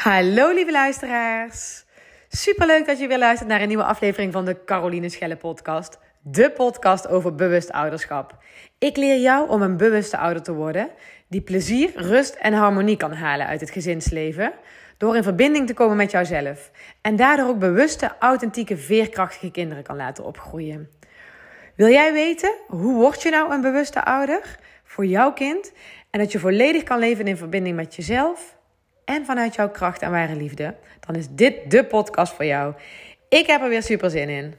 Hallo lieve luisteraars. Superleuk dat je weer luistert naar een nieuwe aflevering van de Caroline Schelle podcast. De podcast over bewust ouderschap. Ik leer jou om een bewuste ouder te worden die plezier, rust en harmonie kan halen uit het gezinsleven. Door in verbinding te komen met jouzelf. En daardoor ook bewuste, authentieke, veerkrachtige kinderen kan laten opgroeien. Wil jij weten hoe word je nou een bewuste ouder voor jouw kind? En dat je volledig kan leven in verbinding met jezelf en vanuit jouw kracht en ware liefde, dan is dit de podcast voor jou. Ik heb er weer super zin in.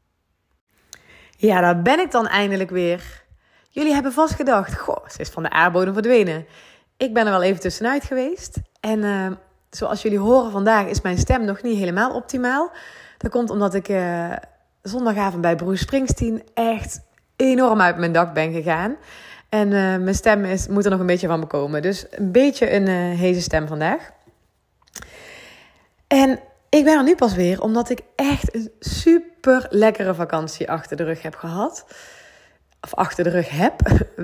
Ja, daar ben ik dan eindelijk weer. Jullie hebben vast gedacht, goh, ze is van de aardbodem verdwenen. Ik ben er wel even tussenuit geweest. En zoals jullie horen vandaag is mijn stem nog niet helemaal optimaal. Dat komt omdat ik zondagavond bij Bruce Springsteen echt enorm uit mijn dak ben gegaan. En mijn stem moet er nog een beetje van me komen. Dus een beetje een heze stem vandaag. En ik ben er nu pas weer omdat ik echt een super lekkere vakantie achter de rug heb gehad. Of achter de rug heb.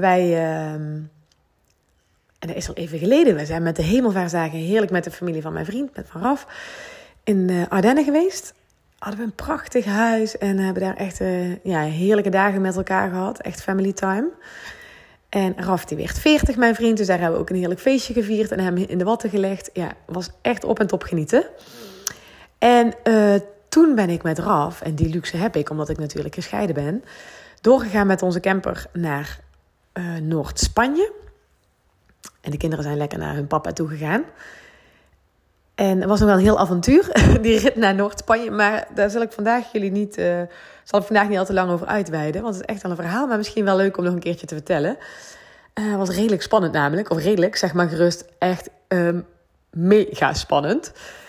En dat is al even geleden. We zijn met de Hemelvaartsdagen heerlijk met de familie van mijn vriend, met Van Raf, in Ardennen geweest. Hadden we een prachtig huis en hebben daar echt heerlijke dagen met elkaar gehad. Echt family time. En Raf die werd 40, mijn vriend. Dus daar hebben we ook een heerlijk feestje gevierd en hem in de watten gelegd. Ja, was echt op en top genieten. En toen ben ik met Raf, en die luxe heb ik omdat ik natuurlijk gescheiden ben, doorgegaan met onze camper naar Noord-Spanje. En de kinderen zijn lekker naar hun papa toe gegaan. En het was nog wel een heel avontuur, die rit naar Noord-Spanje. Maar daar zal ik vandaag niet al te lang over uitweiden. Want het is echt wel een verhaal, maar misschien wel leuk om nog een keertje te vertellen. Het was redelijk spannend namelijk. Of redelijk, zeg maar gerust. Echt mega spannend.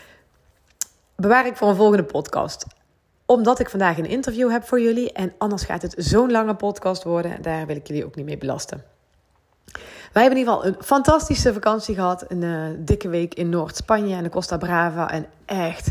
Bewaar ik voor een volgende podcast. Omdat ik vandaag een interview heb voor jullie. En anders gaat het zo'n lange podcast worden. Daar wil ik jullie ook niet mee belasten. Wij hebben in ieder geval een fantastische vakantie gehad. Een dikke week in Noord-Spanje en de Costa Brava. En echt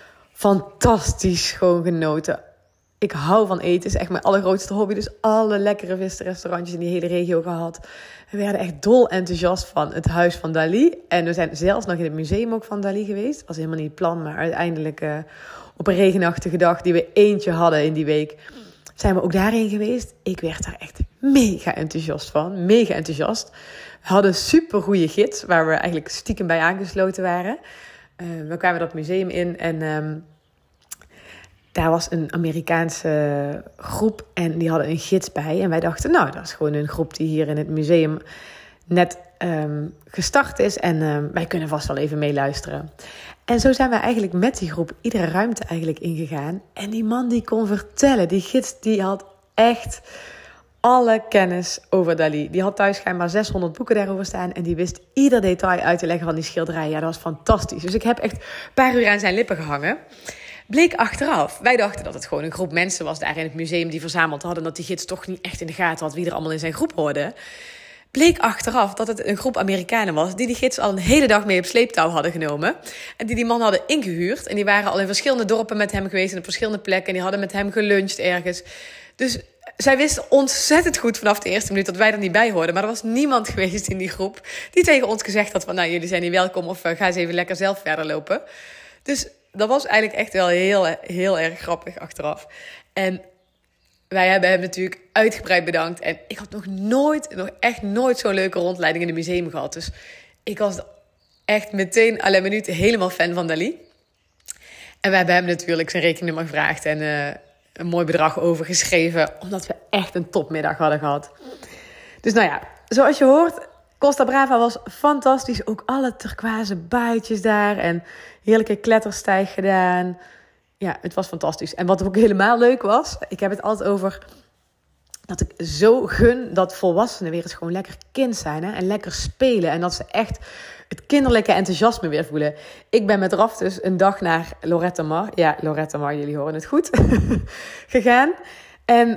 fantastisch gewoon genoten. Ik hou van eten. Het is echt mijn allergrootste hobby. Dus alle lekkere visrestaurantjes in die hele regio gehad. We werden echt dol enthousiast van het huis van Dali. En we zijn zelfs nog in het museum ook van Dali geweest. Dat was helemaal niet het plan, maar uiteindelijk op een regenachtige dag die we eentje hadden in die week, zijn we ook daarheen geweest. Ik werd daar echt mega enthousiast van. Mega enthousiast. We hadden een supergoeie gids waar we eigenlijk stiekem bij aangesloten waren. We kwamen dat museum in en daar was een Amerikaanse groep en die hadden een gids bij. En wij dachten, nou, dat is gewoon een groep die hier in het museum net gestart is. En wij kunnen vast wel even meeluisteren. En zo zijn wij eigenlijk met die groep iedere ruimte eigenlijk ingegaan. En die man die kon vertellen, die gids, die had echt alle kennis over Dali. Die had thuis schijnbaar 600 boeken daarover staan. En die wist ieder detail uit te leggen van die schilderij. Ja, dat was fantastisch. Dus ik heb echt een paar uur aan zijn lippen gehangen. Bleek achteraf, wij dachten dat het gewoon een groep mensen was daar in het museum die verzameld hadden. Dat die gids toch niet echt in de gaten had wie er allemaal in zijn groep hoorde. Bleek achteraf dat het een groep Amerikanen was die gids al een hele dag mee op sleeptouw hadden genomen. En die man hadden ingehuurd. En die waren al in verschillende dorpen met hem geweest en op verschillende plekken. En die hadden met hem geluncht ergens. Dus zij wisten ontzettend goed vanaf de eerste minuut dat wij er niet bij hoorden. Maar er was niemand geweest in die groep die tegen ons gezegd had van, nou, jullie zijn niet welkom of ga eens even lekker zelf verder lopen. Dus dat was eigenlijk echt wel heel erg grappig achteraf. En wij hebben hem natuurlijk uitgebreid bedankt. En ik had nog echt nooit zo'n leuke rondleiding in het museum gehad. Dus ik was echt meteen à la minuut helemaal fan van Dali. En we hebben hem natuurlijk zijn rekeningnummer gevraagd en een mooi bedrag overgeschreven. Omdat we echt een topmiddag hadden gehad. Dus nou ja, zoals je hoort, Costa Brava was fantastisch. Ook alle turquoise buitjes daar en heerlijke kletterstijg gedaan. Ja, het was fantastisch. En wat ook helemaal leuk was, ik heb het altijd over dat ik zo gun dat volwassenen weer eens gewoon lekker kind zijn, hè? En lekker spelen. En dat ze echt het kinderlijke enthousiasme weer voelen. Ik ben met Raf dus een dag naar Lloret de Mar. Ja, Lloret de Mar, jullie horen het goed. gegaan. En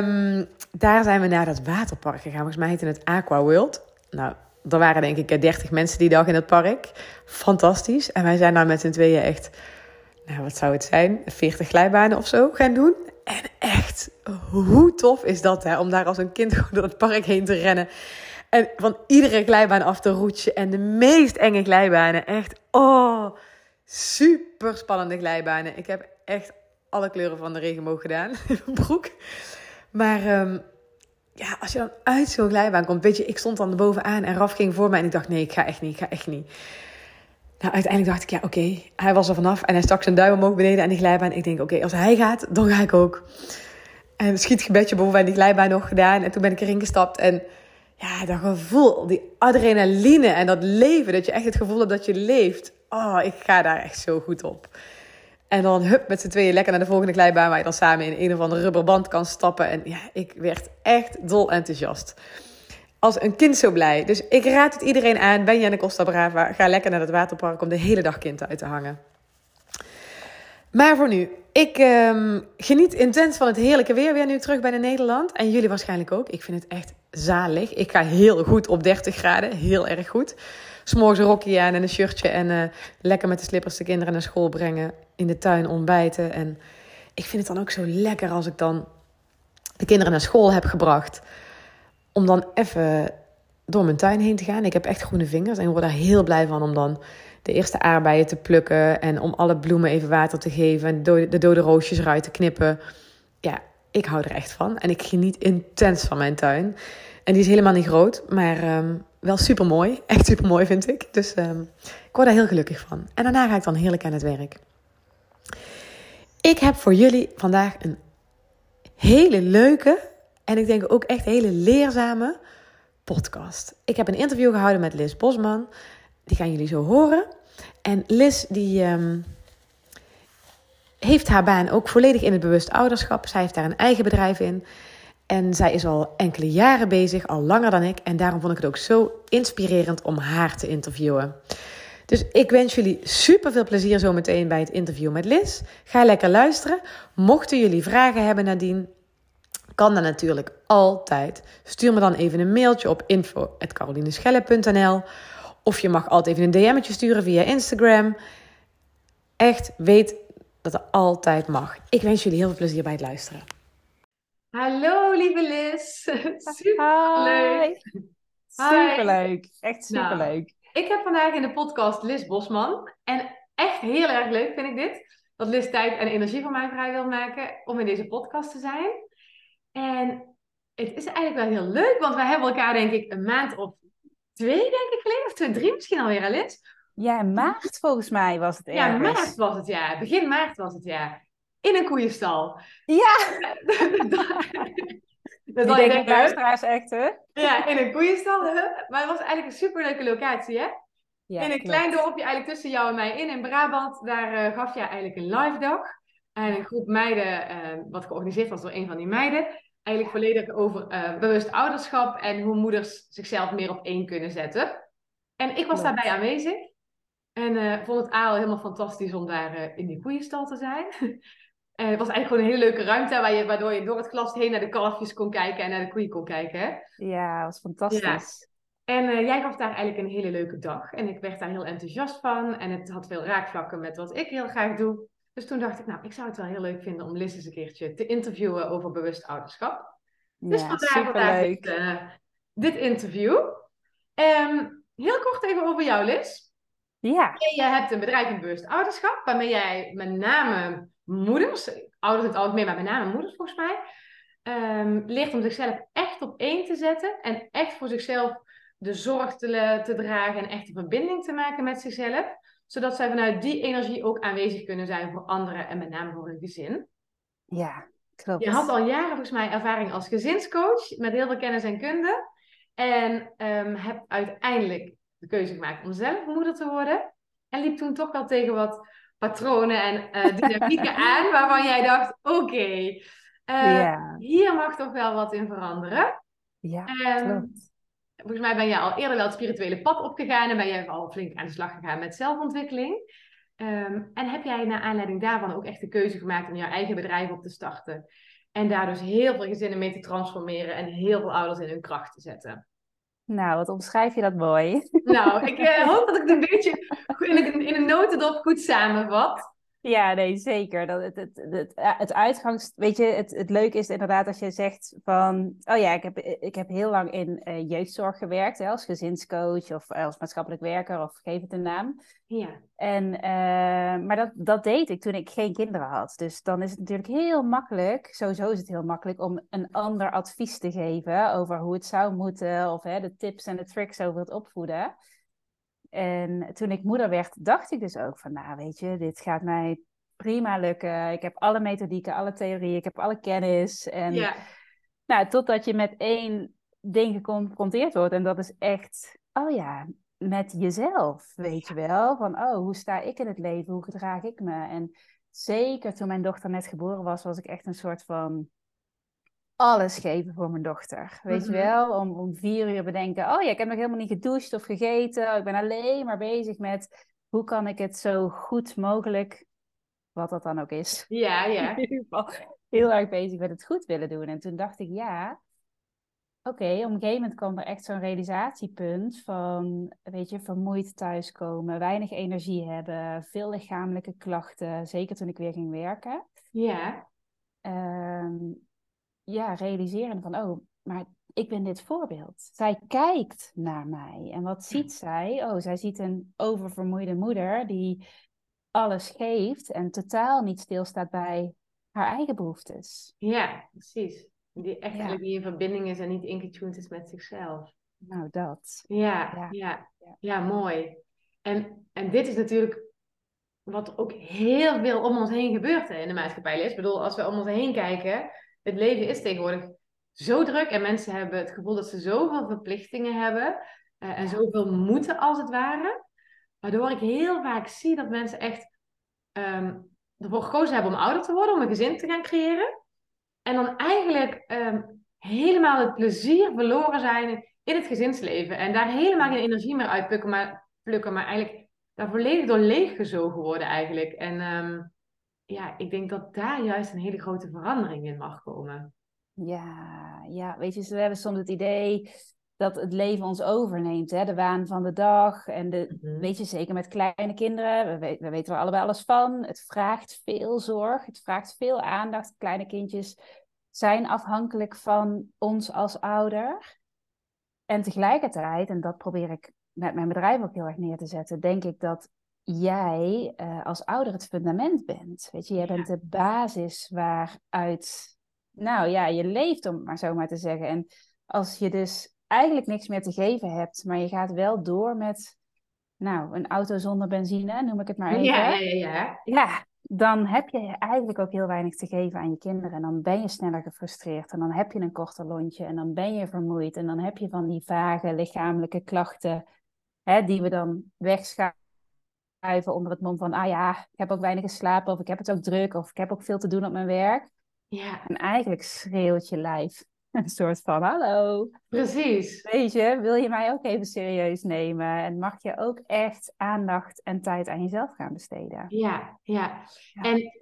daar zijn we naar dat waterpark gegaan. Volgens mij heette het Aqua World. Nou, er waren denk ik 30 mensen die dag in het park. Fantastisch. En wij zijn daar met z'n tweeën echt, nou wat zou het zijn, 40 glijbanen of zo gaan doen. En echt, hoe tof is dat, hè? Om daar als een kind door het park heen te rennen. En van iedere glijbaan af te roetsen. En de meest enge glijbanen. Echt, oh, super spannende glijbanen. Ik heb echt alle kleuren van de regenboog gedaan in mijn broek. Maar ja, als je dan uit zo'n glijbaan komt, weet je, ik stond dan bovenaan en Raf ging voor mij. En ik dacht, nee, ik ga echt niet. Nou, uiteindelijk dacht ik, ja, oké. Hij was er vanaf en hij stak zijn duim omhoog beneden aan die glijbaan. Ik denk, oké, als hij gaat, dan ga ik ook. En een schietgebedje bovenaan die glijbaan nog gedaan. En toen ben ik erin gestapt. En ja, dat gevoel, die adrenaline en dat leven. Dat je echt het gevoel hebt dat je leeft. Oh, ik ga daar echt zo goed op. En dan hup, met z'n tweeën lekker naar de volgende glijbaan. Waar je dan samen in een of andere rubberband kan stappen. En ja, ik werd echt dol enthousiast. Als een kind zo blij. Dus ik raad het iedereen aan. Ben je aan de Costa Brava? Ga lekker naar het waterpark om de hele dag kind uit te hangen. Maar voor nu, ik geniet intens van het heerlijke weer nu ik terug ben in Nederland. En jullie waarschijnlijk ook. Ik vind het echt zalig. Ik ga heel goed op 30 graden. Heel erg goed. 's Morgens een rokje aan en een shirtje. En lekker met de slippers de kinderen naar school brengen. In de tuin ontbijten. En ik vind het dan ook zo lekker als ik dan de kinderen naar school heb gebracht. Om dan even door mijn tuin heen te gaan. Ik heb echt groene vingers en ik word daar heel blij van om dan de eerste aardbeien te plukken. En om alle bloemen even water te geven. En de dode roosjes eruit te knippen. Ja, ik hou er echt van. En ik geniet intens van mijn tuin. En die is helemaal niet groot, maar wel super mooi. Echt super mooi vind ik. Dus ik word daar heel gelukkig van. En daarna ga ik dan heerlijk aan het werk. Ik heb voor jullie vandaag een hele leuke en ik denk ook echt hele leerzame podcast. Ik heb een interview gehouden met Liz Bosman. Die gaan jullie zo horen. En Liz die heeft haar baan ook volledig in het bewust ouderschap. Zij heeft daar een eigen bedrijf in. En zij is al enkele jaren bezig, al langer dan ik. En daarom vond ik het ook zo inspirerend om haar te interviewen. Dus ik wens jullie super veel plezier zometeen bij het interview met Liz. Ga lekker luisteren. Mochten jullie vragen hebben nadien, kan dat natuurlijk altijd. Stuur me dan even een mailtje op info@carolineschelle.nl. Of je mag altijd even een DM'tje sturen via Instagram. Echt, weet dat het altijd mag. Ik wens jullie heel veel plezier bij het luisteren. Hallo lieve Liz. Superleuk. Hi. Superleuk. Echt superleuk. Nou, ik heb vandaag in de podcast Liz Bosman. En echt heel erg leuk vind ik dit. Dat Liz tijd en energie van mij vrij wil maken om in deze podcast te zijn. En het is eigenlijk wel heel leuk, want wij hebben elkaar denk ik een maand of 2 denk ik geleden. Of 2, 3 misschien alweer, hè, Liz? Ja, maart volgens mij was het Ja, ergens. maart was het, ja. Begin maart was het, ja. In een koeienstal. Ja, Dat die zal je denken denken, luisteraars echt, hè? ja, in een koeienstal. Maar het was eigenlijk een superleuke locatie, hè? Ja, In een klopt. klein dorpje eigenlijk tussen jou en mij in Brabant. Daar gaf je eigenlijk een live dag. En een groep meiden, wat georganiseerd was door een van die meiden. Eigenlijk volledig over bewust ouderschap en hoe moeders zichzelf meer op één kunnen zetten. En ik was Klopt. daarbij aanwezig. En vond het al helemaal fantastisch om daar in die koeienstal te zijn. En het was eigenlijk gewoon een hele leuke ruimte waardoor je door het glas heen naar de kalfjes kon kijken en naar de koeien kon kijken. Hè? Ja, was Ja. fantastisch. En jij gaf daar eigenlijk een hele leuke dag. En ik werd daar heel enthousiast van. En het had veel raakvlakken met wat ik heel graag doe. Dus toen dacht ik, nou, ik zou het wel heel leuk vinden om Liz eens een keertje te interviewen over bewust ouderschap. Dus Ja, vandaar superleuk. dit interview. Heel kort even over jou, Liz. Ja, Je hebt een bedrijf in bewust ouderschap, waarmee jij met name moeders, ouders in het algemeen, maar met name moeders volgens mij, leert om zichzelf echt op één te zetten en echt voor zichzelf de zorg te dragen en echt een verbinding te maken met zichzelf, zodat zij vanuit die energie ook aanwezig kunnen zijn voor anderen en met name voor hun gezin. ja, Je had klopt. al jaren volgens mij ervaring als gezinscoach met heel veel kennis en kunde en hebt uiteindelijk de keuze gemaakt om zelf moeder te worden. En liep toen toch wel tegen wat patronen en dynamieken aan waarvan jij dacht, oké, Ja, hier mag toch wel wat in veranderen. ja, En klopt. volgens mij ben je al eerder wel het spirituele pad opgegaan en ben je al flink aan de slag gegaan met zelfontwikkeling. En heb jij naar aanleiding daarvan ook echt de keuze gemaakt om jouw eigen bedrijf op te starten. En daar dus heel veel gezinnen mee te transformeren en heel veel ouders in hun kracht te zetten. Nou, wat omschrijf je dat mooi. Nou, ik hoop dat ik het een beetje in een notendop goed samenvat. Ja, nee, zeker. Het uitgangs... Weet je, het leuke is inderdaad als je zegt van... Oh ja, ik heb heel lang in jeugdzorg gewerkt, hè, als gezinscoach of als maatschappelijk werker of geef het een naam. Ja. En, maar dat deed ik toen ik geen kinderen had. Dus dan is het natuurlijk heel makkelijk, sowieso is het heel makkelijk om een ander advies te geven over hoe het zou moeten of de tips en de tricks over het opvoeden. En toen ik moeder werd, dacht ik dus ook van, nou weet je, dit gaat mij prima lukken. Ik heb alle methodieken, alle theorieën, ik heb alle kennis. En Ja. nou, totdat je met één ding geconfronteerd wordt. En dat is echt, oh ja, met jezelf, weet je wel. Van, oh, hoe sta ik in het leven? Hoe gedraag ik me? En zeker toen mijn dochter net geboren was, was ik echt een soort van alles geven voor mijn dochter. Weet je Mhm. wel? Om 4 uur bedenken, oh ja, ik heb nog helemaal niet gedoucht of gegeten. Ik ben alleen maar bezig met, hoe kan ik het zo goed mogelijk, wat dat dan ook is. Ja, In ja. ieder geval heel erg bezig met het goed willen doen. En toen dacht ik, ja, oké, op een gegeven moment kwam er echt zo'n realisatiepunt van, weet je, vermoeid thuiskomen, weinig energie hebben, veel lichamelijke klachten, zeker toen ik weer ging werken. Ja. Ehm, ja, realiseren van, oh, maar ik ben dit voorbeeld. Zij kijkt naar mij. En wat ziet zij? Oh, zij ziet een oververmoeide moeder die alles geeft en totaal niet stilstaat bij haar eigen behoeftes. Ja, precies. Die echt Ja, eigenlijk niet in verbinding is en niet ingetuned is met zichzelf. nou dat. Ja, Ja, ja, ja, ja, mooi. En dit is natuurlijk wat er ook heel veel om ons heen gebeurt hè, in de maatschappij. Liz. Ik bedoel, als we om ons heen kijken, het leven is tegenwoordig zo druk en mensen hebben het gevoel dat ze zoveel verplichtingen hebben en ja, zoveel moeten als het ware. Waardoor ik heel vaak zie dat mensen echt ervoor gekozen hebben om ouder te worden, om een gezin te gaan creëren. En dan eigenlijk helemaal het plezier verloren zijn in het gezinsleven. En daar helemaal geen ja. energie meer uit plukken, maar eigenlijk daar volledig door leeggezogen worden eigenlijk. En ja, ik denk dat daar juist een hele grote verandering in mag komen. Ja, ja, weet je, we hebben soms het idee dat het leven ons overneemt, hè? De waan van de dag. En Mhm. weet je, zeker met kleine kinderen, we weten er allebei alles van. Het vraagt veel zorg, het vraagt veel aandacht. Kleine kindjes zijn afhankelijk van ons als ouder. En tegelijkertijd, en dat probeer ik met mijn bedrijf ook heel erg neer te zetten, denk ik dat jij als ouder het fundament bent. Weet je, jij bent Ja, de basis waaruit, nou ja, je leeft, om het maar zo maar te zeggen. En als je dus eigenlijk niks meer te geven hebt, maar je gaat wel door met, nou, een auto zonder benzine, noem ik het maar ja, ja, even. ja, ja. Ja, dan heb je eigenlijk ook heel weinig te geven aan je kinderen. En dan ben je sneller gefrustreerd. En dan heb je een korter lontje. En dan ben je vermoeid. En dan heb je van die vage lichamelijke klachten. Die we dan wegschuiven onder het mom van... Ah ja, ik heb ook weinig geslapen. Of ik heb het ook druk. Of ik heb ook veel te doen op mijn werk. Ja, En eigenlijk schreeuwt je lijf een soort van... Hallo, precies. weet je, wil je mij ook even serieus nemen? En mag je ook echt aandacht en tijd aan jezelf gaan besteden? Ja, ja. Ja. En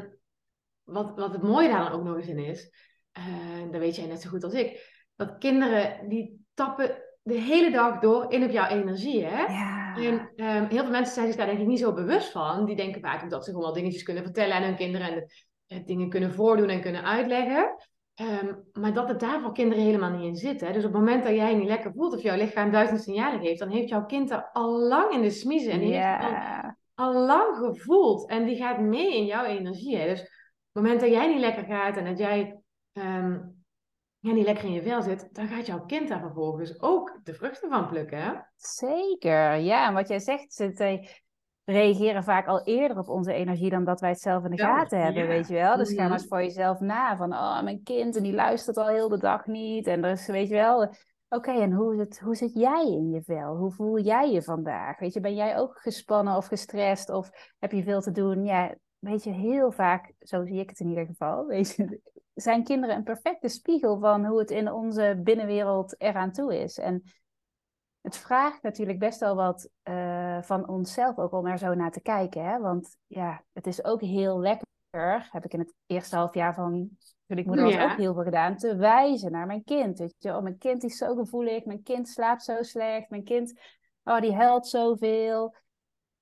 wat het mooie daar dan ook nog eens in is, dat weet jij net zo goed als ik, dat kinderen die tappen de hele dag door in op jouw energie, hè? Ja. En heel veel mensen zijn zich daar denk ik niet zo bewust van. Die denken vaak dat ze gewoon wel dingetjes kunnen vertellen aan hun kinderen en dingen kunnen voordoen en kunnen uitleggen. Maar dat het daar voor kinderen helemaal niet in zit. Hè? Dus op het moment dat jij je niet lekker voelt of jouw lichaam duizend signalen geeft, dan heeft jouw kind er al lang in de smiezen en die heeft het Ja, al lang gevoeld en die gaat mee in jouw energie. Hè? Dus op het moment dat jij niet lekker gaat en dat jij ehm, ja, niet lekker in je vel zit, dan gaat jouw kind daar vervolgens ook de vruchten van plukken. Hè? zeker. Ja, en wat jij zegt, reageren vaak al eerder op onze energie dan dat wij het zelf in de Zelf, gaten hebben, weet ja. je wel. Dus ga maar Mhm. eens voor jezelf na van, oh, mijn kind en die luistert al heel de dag niet. En er is, weet je wel, oké, en hoe zit jij in je vel? Hoe voel jij je vandaag? Weet je, ben jij ook gespannen of gestrest of heb je veel te doen? Ja, weet je, heel vaak, zo zie ik het in ieder geval, weet je, zijn kinderen een perfecte spiegel van hoe het in onze binnenwereld eraan toe is. En het vraagt natuurlijk best wel wat van onszelf ook om er zo naar te kijken. Hè? Want ja, het is ook heel lekker, heb ik in het eerste half jaar van toen ik moeder was ook Ja, heel veel gedaan, te wijzen naar mijn kind. Weet je? Oh, mijn kind is zo gevoelig, mijn kind slaapt zo slecht, mijn kind, oh, die huilt zoveel.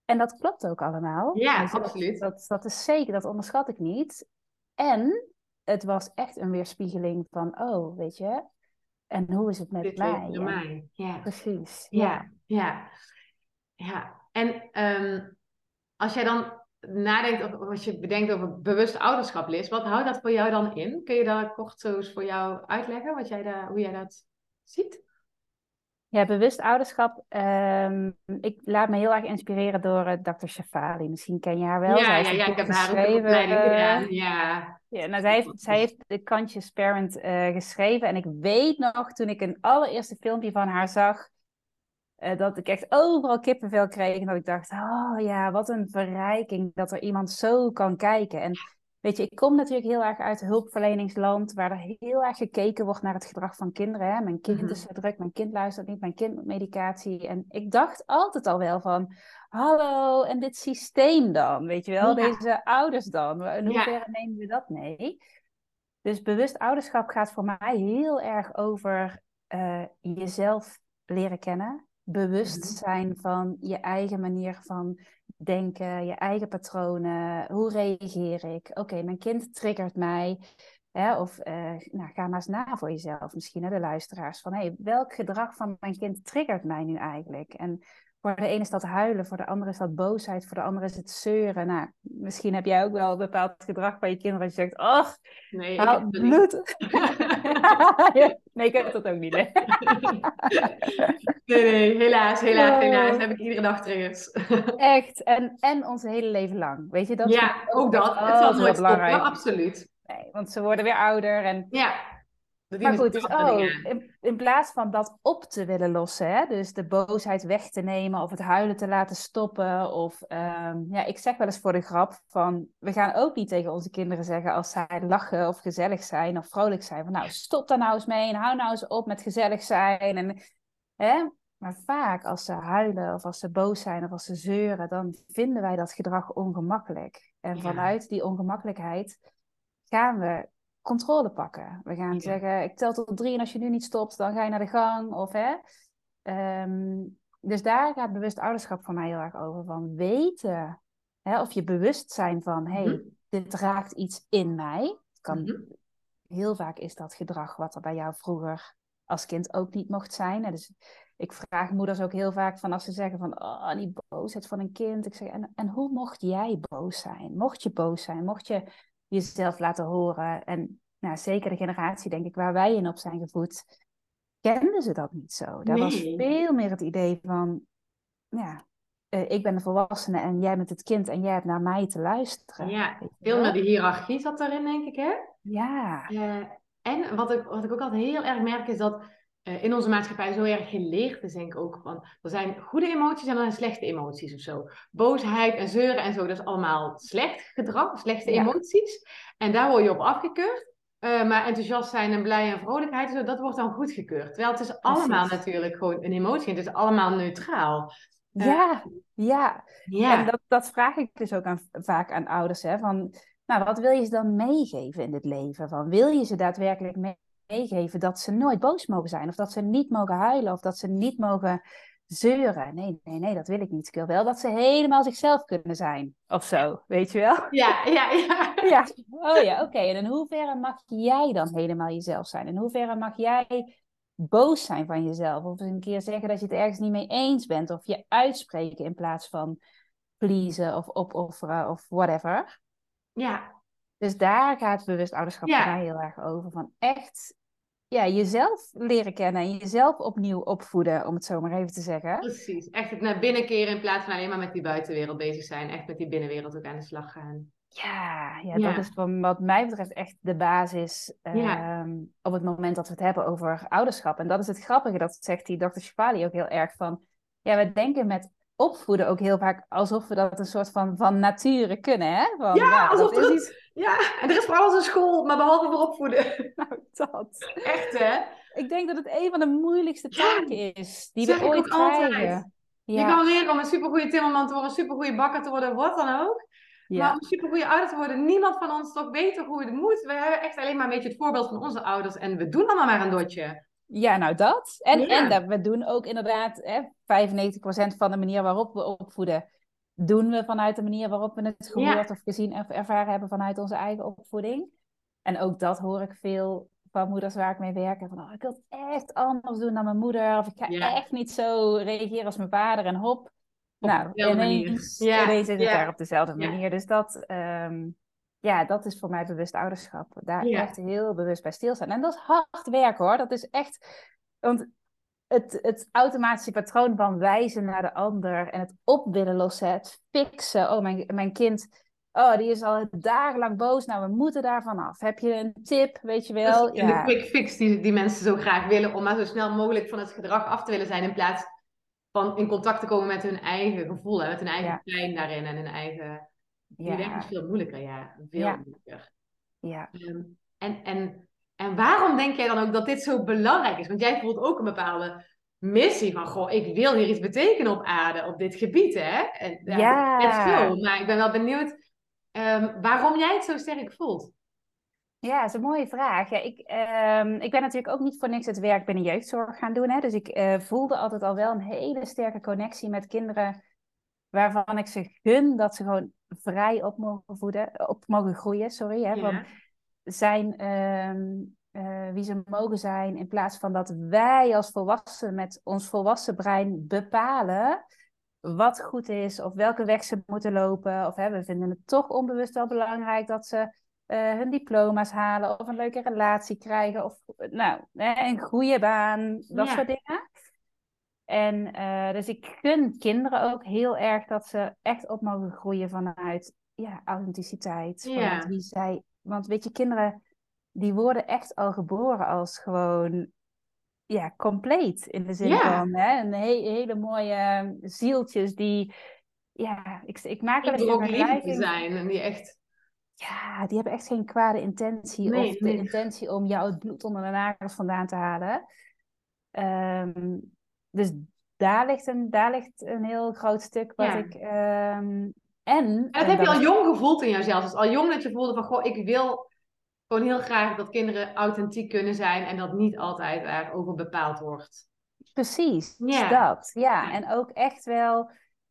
En dat klopt ook allemaal. Ja, Weet je, absoluut. dat is zeker, dat onderschat ik niet. En het was echt een weerspiegeling van, oh, weet je, en hoe is het met Dit weer mij? naar En mij. Ja, precies, ja. ja, ja, ja. En als jij dan nadenkt of als je bedenkt over bewust ouderschap, Liz, wat houdt dat voor jou dan in? Kun je dat kort zo eens voor jou uitleggen, hoe jij dat ziet? Ja, bewust ouderschap. Ik laat me heel erg inspireren door Dr. Shefali. Misschien ken je haar wel. Zij Ja, heeft ja, een ja, ik boek heb haar ook een geschreven. opleiding gedaan. Ja, Ja, nou, zij heeft de Conscious Parent geschreven. En ik weet nog, toen ik een allereerste filmpje van haar zag, dat ik echt overal kippenvel kreeg. En dat ik dacht, oh ja, wat een verrijking dat er iemand zo kan kijken. En weet je, ik kom natuurlijk heel erg uit hulpverleningsland, waar er heel erg gekeken wordt naar het gedrag van kinderen. Hè? Mijn kind is mhm. zo druk, mijn kind luistert niet, mijn kind moet medicatie. En ik dacht altijd al wel van, hallo, en dit systeem dan? Weet je wel, Ja, deze ouders dan? In ja, hoeverre nemen we dat mee? Dus bewust ouderschap gaat voor mij heel erg over jezelf leren kennen. Bewust mhm. zijn van je eigen manier van denken, je eigen patronen. Hoe reageer ik? Oké, mijn kind triggert mij. Hè, of nou, ga maar eens na voor jezelf, misschien hè, de luisteraars. Van hey, welk gedrag van mijn kind triggert mij nu eigenlijk? En voor de ene is dat huilen, voor de andere is dat boosheid, voor de andere is het zeuren. Nou, misschien heb jij ook wel een bepaald gedrag van je kinderen dat je zegt, ach, Nee, ik heb haal het niet. bloed. Nee, ik heb dat ook niet. Nee. Nee, nee, helaas, helaas, helaas. Oh, Heb ik iedere dag triggers. echt. En ons hele leven lang. Weet je, dat vind ik Ja, ook ook echt dat. Het zal altijd heel nooit stoppen, belangrijk. absoluut. Nee, want ze worden weer ouder. Ja, dat Maar dienen ze goed, ook dus andere dingen oh, aan. in plaats van dat op te willen lossen, hè, dus de boosheid weg te nemen of het huilen te laten stoppen. Of ja, ik zeg wel eens voor de grap van, we gaan ook niet tegen onze kinderen zeggen als zij lachen of gezellig zijn of vrolijk zijn. Van nou, stop daar nou eens mee en hou nou eens op met gezellig zijn. En, hè? Maar vaak als ze huilen of als ze boos zijn of als ze zeuren, dan vinden wij dat gedrag ongemakkelijk. En Ja, vanuit die ongemakkelijkheid gaan we controle pakken. We gaan ja, zeggen, ik tel tot 3 en als je nu niet stopt, dan ga je naar de gang. Of, hè? Ehm, dus daar gaat bewust ouderschap voor mij heel erg over. Van weten, hè, of je bewust zijn van, hey, mhm, dit raakt iets in mij. Het kan, mhm. heel vaak is dat gedrag wat er bij jou vroeger als kind ook niet mocht zijn. En dus ik vraag moeders ook heel vaak van als ze zeggen van, oh, die boosheid van een kind. Ik zeg, en hoe mocht jij boos zijn? Mocht je boos zijn? Mocht je jezelf laten horen? En nou, zeker de generatie, denk ik, waar wij in op zijn gevoed, kenden ze dat niet zo. Daar was Nee. veel meer het idee van, ja, ik ben de volwassene en jij bent het kind en jij hebt naar mij te luisteren. Ja, Weet je veel meer de wel? hiërarchie zat daarin, denk ik, hè? Ja, Eh, en wat ik ook altijd heel erg merk, is dat in onze maatschappij zo erg geleerd is, denk ik ook, van er zijn goede emoties en er zijn slechte emoties of zo. Boosheid en zeuren en zo, dat is allemaal slecht gedrag, slechte ja, emoties. En daar word je op afgekeurd. Maar enthousiast zijn en blij en vrolijkheid, en zo, dat wordt dan goedgekeurd. Terwijl het is allemaal precies. natuurlijk gewoon een emotie. Het is allemaal neutraal. Eh, Ja, ja. En ja, dat vraag ik dus ook vaak aan ouders. Hè, van, nou, wat wil je ze dan meegeven in dit leven? Van, wil je ze daadwerkelijk meegeven dat ze nooit boos mogen zijn? Of dat ze niet mogen huilen? Of dat ze niet mogen zeuren? Nee, nee, nee, dat wil ik niet. Ik wil wel dat ze helemaal zichzelf kunnen zijn. Of zo, weet je wel? ja, ja, ja. Ja, oh ja, oké. En in hoeverre mag jij dan helemaal jezelf zijn? In hoeverre mag jij boos zijn van jezelf? Of eens een keer zeggen dat je het ergens niet mee eens bent? Of je uitspreken in plaats van pleasen of opofferen of whatever. Ja, Dus daar gaat bewust ouderschap voor mij ja. heel erg over. Van echt ja, jezelf leren kennen en jezelf opnieuw opvoeden, om het zo maar even te zeggen. Precies. Echt het naar binnen keren in plaats van alleen maar met die buitenwereld bezig zijn. Echt met die binnenwereld ook aan de slag gaan. Ja, ja, dat is Ja, wat mij betreft echt de basis ja, op het moment dat we het hebben over ouderschap. En dat is het grappige, dat zegt die dokter Shefali ook heel erg van. Ja, we denken met opvoeden ook heel vaak alsof we dat een soort van nature kunnen, hè? Van, ja, nou, dat alsof er is iets, ja, en er is voor alles een school, maar behalve voor opvoeden. nou, dat. Echt, hè? Ik denk dat het een van de moeilijkste Ja, taken is die we zeg ik ook ooit altijd. krijgen. Je kan Ja, leren om een supergoeie timmerman te worden, een supergoeie bakker te worden, wat dan ook. Maar om ja. een supergoeie ouder te worden, niemand van ons toch weet hoe het moet. We hebben echt alleen maar een beetje het voorbeeld van onze ouders en we doen allemaal maar een dotje. Ja, nou dat. En Ja, dat we doen ook inderdaad hè, 95% van de manier waarop we opvoeden doen we vanuit de manier waarop we het gehoord Ja, of gezien of ervaren hebben vanuit onze eigen opvoeding. En ook dat hoor ik veel van moeders waar ik mee werk. En van, oh, ik wil het echt anders doen dan mijn moeder. Of ik ga ja, echt niet zo reageren als mijn vader. En hop, op nou, dezelfde manier. Ja, ineens is het er ja, op dezelfde ja, manier. Dus dat, ja, dat is voor mij bewust ouderschap. Daar echt ja. heel bewust bij stilstaan. En dat is hard werk hoor. Dat is echt... Want het automatische patroon van wijzen naar de ander en het op willen lossen, het fixen. Oh, mijn kind, oh, die is al dagenlang boos. Nou, we moeten daar vanaf. Heb je een tip, weet je Precies, wel? en de Ja, quick fix die mensen zo graag willen om maar zo snel mogelijk van het gedrag af te willen zijn in plaats van in contact te komen met hun eigen gevoel en met hun eigen ja, pijn daarin en hun eigen... Die werk is ja, veel moeilijker, ja. Veel ja, moeilijker. ja. Ehm, en, en, en waarom denk jij dan ook dat dit zo belangrijk is? Want jij voelt ook een bepaalde missie van, goh, ik wil hier iets betekenen op aarde, op dit gebied, hè? En ja, dat is net zo. Ja, Maar ik ben wel benieuwd waarom jij het zo sterk voelt. ja, dat is een mooie vraag. Ja, ik ben natuurlijk ook niet voor niks het werk binnen jeugdzorg gaan doen. Hè? Dus ik voelde altijd al wel een hele sterke connectie met kinderen waarvan ik ze gun dat ze gewoon vrij op mogen groeien, sorry. Hè? Van Ja, zijn wie ze mogen zijn, in plaats van dat wij als volwassenen met ons volwassen brein bepalen wat goed is of welke weg ze moeten lopen. Of hè, we vinden het toch onbewust wel belangrijk dat ze hun diploma's halen of een leuke relatie krijgen of nou, een goede baan, dat soort ja, dingen. En dus ik gun kinderen ook heel erg dat ze echt op mogen groeien vanuit ja, authenticiteit, vanuit ja, wie zij. Want weet je, kinderen die worden echt al geboren als gewoon ja, compleet. In de zin ja. van hè, een hele mooie zieltjes die. Ja, ik maak wel Die eens er de ook lief te vergelijking. zijn en die echt... Ja, die hebben echt geen kwade intentie of Nee, de nee. intentie om jou het bloed onder de nagels vandaan te halen. Ehm, dus daar ligt een heel groot stuk wat Ja. ik. En, En dat en heb je dat al is jong gevoeld in jouzelf. Dus al jong dat je voelde van, goh, ik wil gewoon heel graag dat kinderen authentiek kunnen zijn en dat niet altijd daarover bepaald wordt. precies Ja, dat. Ja, ja, en ook echt wel.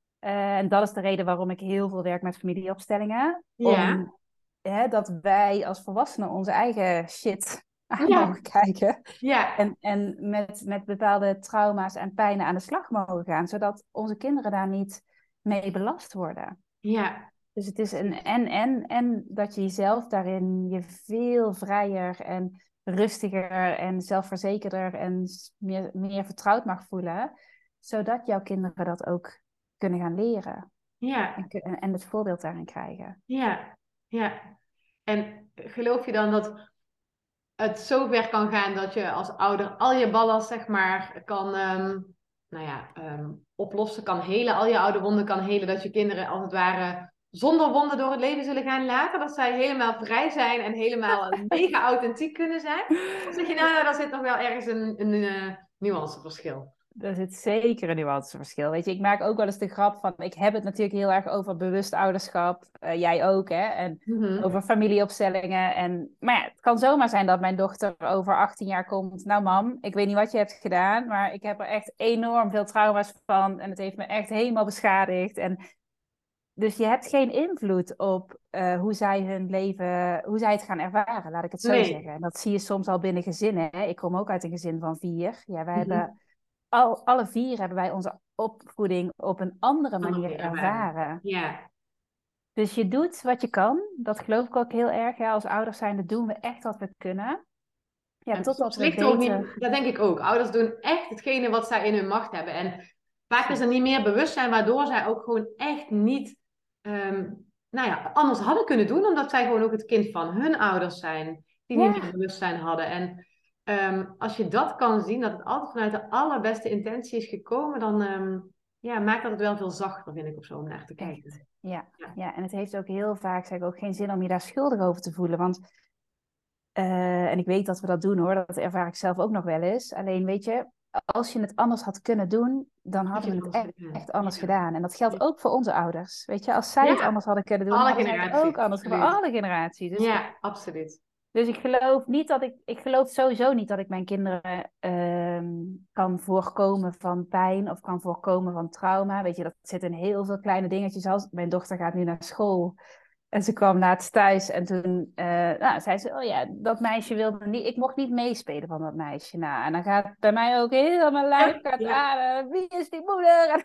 En dat is de reden waarom ik heel veel werk met familieopstellingen. ja, Dat wij als volwassenen onze eigen shit aan ja, mogen kijken. ja, En met bepaalde trauma's en pijnen aan de slag mogen gaan. Zodat onze kinderen daar niet mee belast worden. ja, Dus het is een precies. en dat je jezelf daarin je veel vrijer en rustiger en zelfverzekerder en meer vertrouwd mag voelen, zodat jouw kinderen dat ook kunnen gaan leren Ja, en het voorbeeld daarin krijgen. ja, ja. En geloof je dan dat het zo ver kan gaan dat je als ouder al je ballast, zeg maar, kan, nou ja, oplossen, kan helen, al je oude wonden kan helen, dat je kinderen als het ware zonder wonden door het leven zullen gaan laten, dat zij helemaal vrij zijn en helemaal mega authentiek kunnen zijn? Of zeg je nou, daar zit nog wel ergens een nuanceverschil? Er zit zeker een nuanceverschil. Weet je, ik maak ook wel eens de grap van, ik heb het natuurlijk heel erg over bewust ouderschap. Jij ook, hè? En Mhm. over familieopstellingen. Maar ja, het kan zomaar zijn dat mijn dochter over 18 jaar komt. Nou mam, ik weet niet wat je hebt gedaan, maar ik heb er echt enorm veel trauma's van. En het heeft me echt helemaal beschadigd. En dus je hebt geen invloed op hoe zij hun leven, hoe zij het gaan ervaren, laat ik het zo Nee. zeggen. En dat zie je soms al binnen gezinnen. Hè? Ik kom ook uit een gezin van 4. Ja, wij Mhm. hebben alle 4 hebben wij onze opvoeding op een andere Andere manier manier ervaren. ervaren. Ja. Dus je doet wat je kan. Dat geloof ik ook heel erg. Ja, als ouders zijn, doen we echt wat we kunnen. Ja, En totdat soms we ligt er ook niet, weten. dat denk ik ook. Ouders doen echt hetgene wat zij in hun macht hebben. En vaak is er Precies. niet meer bewustzijn, waardoor zij ook gewoon echt niet, ehm, nou ja, anders hadden kunnen doen, omdat zij gewoon ook het kind van hun ouders zijn, die niet meer Ja, bewustzijn hadden. En als je dat kan zien, dat het altijd vanuit de allerbeste intentie is gekomen, dan ja, maakt dat het wel veel zachter, vind ik, of zo, om naar te echt. kijken. Ja. Ja. Ja, en het heeft ook heel vaak, zeg ik ook, geen zin om je daar schuldig over te voelen. Want, en ik weet dat we dat doen hoor, dat ervaar ik zelf ook nog wel eens. Alleen weet je, als je het anders had kunnen doen, dan Heb je hadden we het het anders echt gedaan? anders Ja. gedaan. En dat geldt ook voor onze ouders. Weet je, als zij het Ja, anders hadden kunnen doen, alle hadden zij het ook generaties, anders voor absoluut. alle generaties. Dus Ja, absoluut. Dus ik geloof sowieso niet dat ik mijn kinderen kan voorkomen van pijn of kan voorkomen van trauma. Weet je, dat zit in heel veel kleine dingetjes. Als mijn dochter gaat nu naar school en ze kwam laatst thuis en toen zei ze, oh ja, dat meisje wilde niet, ik mocht niet meespelen van dat meisje. Nou, en dan gaat bij mij ook heel mijn lijf gaat aan, wie is die moeder?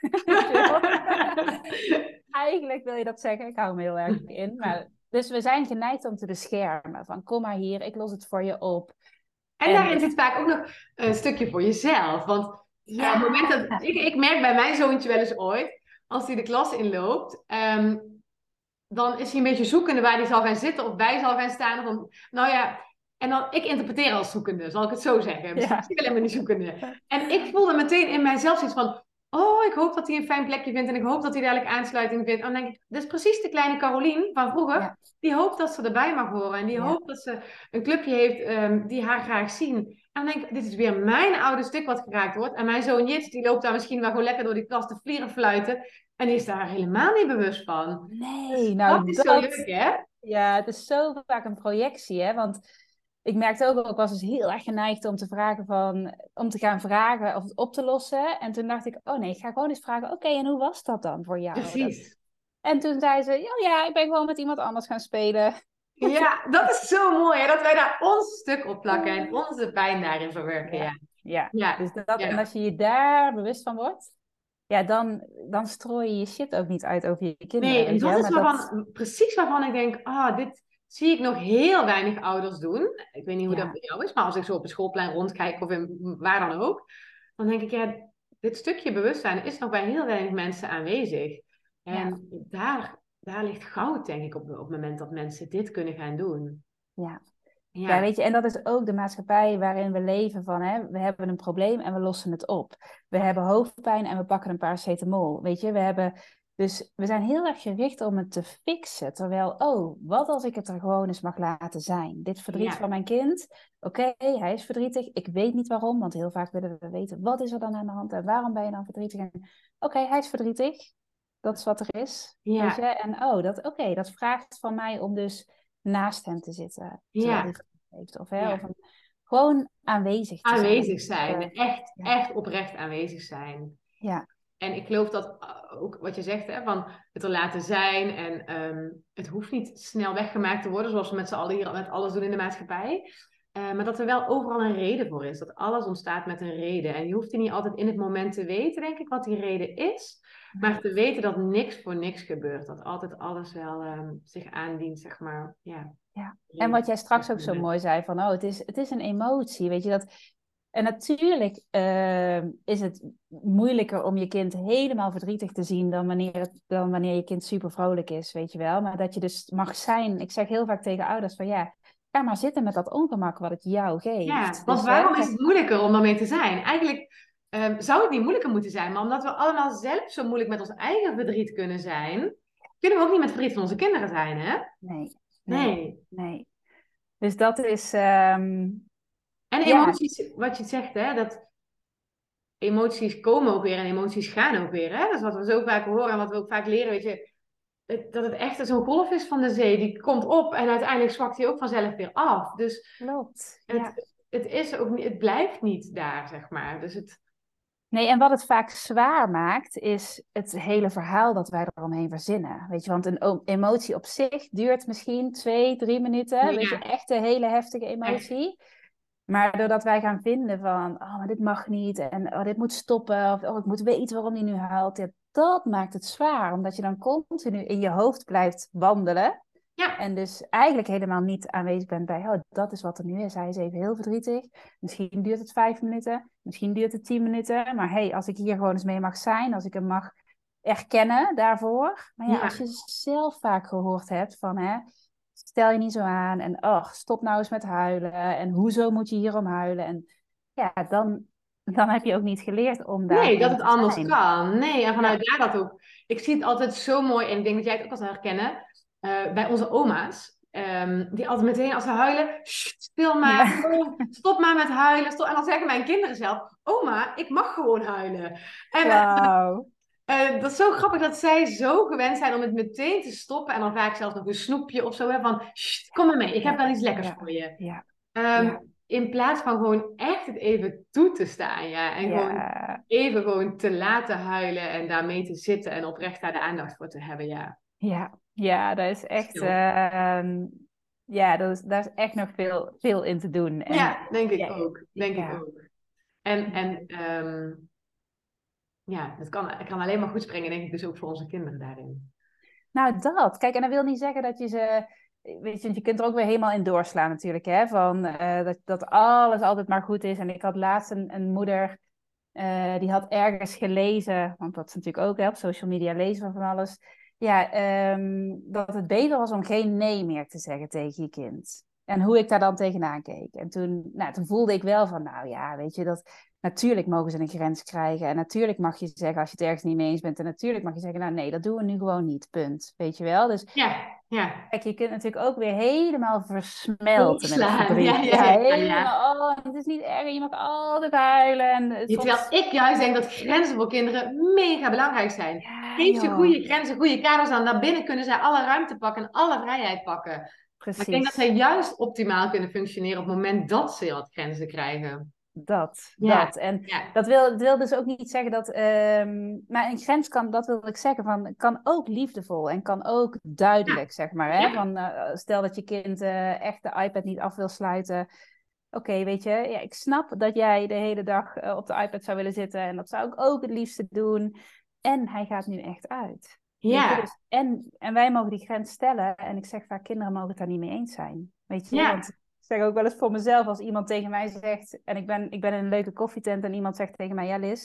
Eigenlijk wil je dat zeggen, ik hou me heel erg in, maar dus we zijn geneigd om te beschermen. Van kom maar hier, ik los het voor je op. En daarin zit vaak ook nog een stukje voor jezelf. Want op het moment dat ik merk bij mijn zoontje wel eens ooit, als hij de klas inloopt, dan is hij een beetje zoekende waar hij zal gaan zitten of bij zal gaan staan. Of nou ja, en dan ik interpreteer als zoekende, zal ik het zo zeggen. Misschien is hij helemaal niet zoekende. En ik voelde meteen in mijzelf iets van, oh, ik hoop dat hij een fijn plekje vindt en ik hoop dat hij dadelijk aansluiting vindt. En dan denk ik, dat is precies de kleine Carolien van vroeger. Ja. Die hoopt dat ze erbij mag horen en die hoopt dat ze een clubje heeft die haar graag zien. En dan denk ik, dit is weer mijn oude stuk wat geraakt wordt. En mijn zoon Jits, die loopt daar misschien wel gewoon lekker door die klas te vlieren fluiten. En die is daar helemaal niet bewust van. Nee, dus nou dat is zo leuk, hè? Ja, het is zo vaak een projectie, hè? Want ik merkte ook, ik was dus heel erg geneigd om te gaan vragen of het op te lossen. En toen dacht ik, oh nee, ik ga gewoon eens vragen, oké, en hoe was dat dan voor jou? Precies. En toen zei ze, oh ja, ik ben gewoon met iemand anders gaan spelen. Ja, dat is zo mooi, hè? Dat wij daar ons stuk op plakken en onze pijn daarin verwerken. Ja. Dus en als je je daar bewust van wordt, ja, dan strooi je je shit ook niet uit over je kinderen. Nee, en dat is precies waarvan ik denk, dit zie ik nog heel weinig ouders doen. Ik weet niet hoe dat bij jou is, maar als ik zo op het schoolplein rondkijk of waar dan ook, dan denk ik, dit stukje bewustzijn is nog bij heel weinig mensen aanwezig. En daar ligt goud, denk ik, op het moment dat mensen dit kunnen gaan doen. Ja, weet je, en dat is ook de maatschappij waarin we leven van, hè, we hebben een probleem en we lossen het op. We hebben hoofdpijn en we pakken een paracetamol, weet je. Dus we zijn heel erg gericht om het te fixen. Terwijl, wat als ik het er gewoon eens mag laten zijn? Dit verdriet van mijn kind, oké, hij is verdrietig. Ik weet niet waarom, want heel vaak willen we weten, wat is er dan aan de hand en waarom ben je dan verdrietig? Oké, hij is verdrietig. Dat is wat er is, weet je. En dat vraagt van mij om dus naast hem te zitten. Terwijl hij heeft. Of gewoon aanwezig te zijn. Aanwezig zijn. Echt oprecht aanwezig zijn. Ja. En ik geloof dat ook wat je zegt, hè, van het er laten zijn. En het hoeft niet snel weggemaakt te worden, zoals we met z'n allen hier met alles doen in de maatschappij. Maar dat er wel overal een reden voor is. Dat alles ontstaat met een reden. En je hoeft die niet altijd in het moment te weten, denk ik, wat die reden is. Maar te weten dat niks voor niks gebeurt. Dat altijd alles wel zich aandient, zeg maar. Ja. En wat jij straks ook zo mooi zei, van het is een emotie, weet je dat. En natuurlijk is het moeilijker om je kind helemaal verdrietig te zien dan wanneer je kind super vrolijk is, weet je wel. Maar dat je dus mag zijn. Ik zeg heel vaak tegen ouders van ga maar zitten met dat ongemak wat het jou geeft. Ja, want waarom is het moeilijker om daarmee te zijn? Eigenlijk zou het niet moeilijker moeten zijn, maar omdat we allemaal zelf zo moeilijk met ons eigen verdriet kunnen zijn, kunnen we ook niet met verdriet van onze kinderen zijn, hè? Nee. Dus dat is... En emoties, wat je zegt, hè, dat emoties komen ook weer en emoties gaan ook weer, hè? Dat is wat we zo vaak horen en wat we ook vaak leren, weet je, dat het echt zo'n golf is van de zee, die komt op en uiteindelijk zwakt hij ook vanzelf weer af. Dus klopt. Het is ook niet, het blijft niet daar, zeg maar. Dus Nee, en wat het vaak zwaar maakt, is het hele verhaal dat wij eromheen verzinnen. Weet je, want een emotie op zich duurt misschien 2-3 minuten. Weet je, echt een hele heftige emotie. Echt. Maar doordat wij gaan vinden van, maar dit mag niet en dit moet stoppen. Of ik moet weten waarom die nu huilt. Dat maakt het zwaar, omdat je dan continu in je hoofd blijft wandelen. Ja. En dus eigenlijk helemaal niet aanwezig bent bij, dat is wat er nu is. Hij is even heel verdrietig. Misschien duurt het 5 minuten. Misschien duurt het 10 minuten. Maar als ik hier gewoon eens mee mag zijn. Als ik hem mag erkennen daarvoor. Maar als je zelf vaak gehoord hebt van, stel je niet zo aan. En stop nou eens met huilen. En hoezo moet je hierom huilen? En dan heb je ook niet geleerd om daar. Nee, dat het anders kan. Nee, en vanuit daar dat ook. Ik zie het altijd zo mooi. En ik denk dat jij het ook al zou herkennen. Bij onze oma's, die altijd meteen als ze huilen, stil maar, stop maar met huilen. En dan zeggen mijn kinderen zelf, oma, ik mag gewoon huilen. Dat is zo grappig dat zij zo gewend zijn om het meteen te stoppen. En dan vaak zelfs nog een snoepje of zo. Hè, van, "Sst, kom maar mee, ik heb Ja, wel iets lekkers voor ja, je." ja, Ehm, ja, in plaats van gewoon echt het even toe te staan. Ja, en gewoon ja, even gewoon te laten huilen. En daarmee te zitten. En oprecht daar de aandacht voor te hebben. Ja, ja, ja, dat is echt, stil. ja, daar is echt nog veel, veel in te doen. En Ja, denk ik ja, ook. Denk ik ja, ook. En ja, het kan alleen maar goed springen, denk ik, dus ook voor onze kinderen daarin. nou, dat. Kijk, en dat wil niet zeggen dat je ze. Weet je, want je kunt er ook weer helemaal in doorslaan, natuurlijk. Hè? Van, dat alles altijd maar goed is. En ik had laatst een moeder. Die had ergens gelezen. Want dat is natuurlijk ook hè, op social media lezen we van alles. Ja, dat het beter was om geen nee meer te zeggen tegen je kind. En hoe ik daar dan tegenaan keek. En toen voelde ik wel van, nou ja, weet je, dat natuurlijk mogen ze een grens krijgen. En natuurlijk mag je zeggen als je het ergens niet mee eens bent. En natuurlijk mag je zeggen, nou nee, dat doen we nu gewoon niet. Punt. Weet je wel? Dus Ja, ja. kijk, je kunt natuurlijk ook weer helemaal versmelten met het Opslaan. Ja, verdriet. ja, Ja, ja, ja, ja. helemaal. Oh, het is niet erg. Je mag altijd huilen. En Terwijl soms. ik juist denk dat grenzen voor kinderen mega belangrijk zijn. Ja, Geef ze joh. goede grenzen, goede kaders aan. Daarbinnen kunnen zij alle ruimte pakken en alle vrijheid pakken. Maar ik denk dat Precies. zij juist optimaal kunnen functioneren op het moment dat ze wat grenzen krijgen. Dat. Ja, En ja, dat wil dus ook niet zeggen dat. Maar een grens kan, dat wil ik zeggen, van, kan ook liefdevol en kan ook ja, duidelijk, zeg maar. Hè? ja, Van, stel dat je kind echt de iPad niet af wil sluiten. Oké, weet je, ja, ik snap dat jij de hele dag op de iPad zou willen zitten. En dat zou ik ook het liefste doen. En hij gaat nu echt uit. Weet je, ja, dus, en wij mogen die grens stellen. En ik zeg vaak, kinderen mogen het daar niet mee eens zijn. Weet je, want ja. ik zeg ook wel eens voor mezelf, als iemand tegen mij zegt, en ik ben in een leuke koffietent en iemand zegt tegen mij, ja Liz,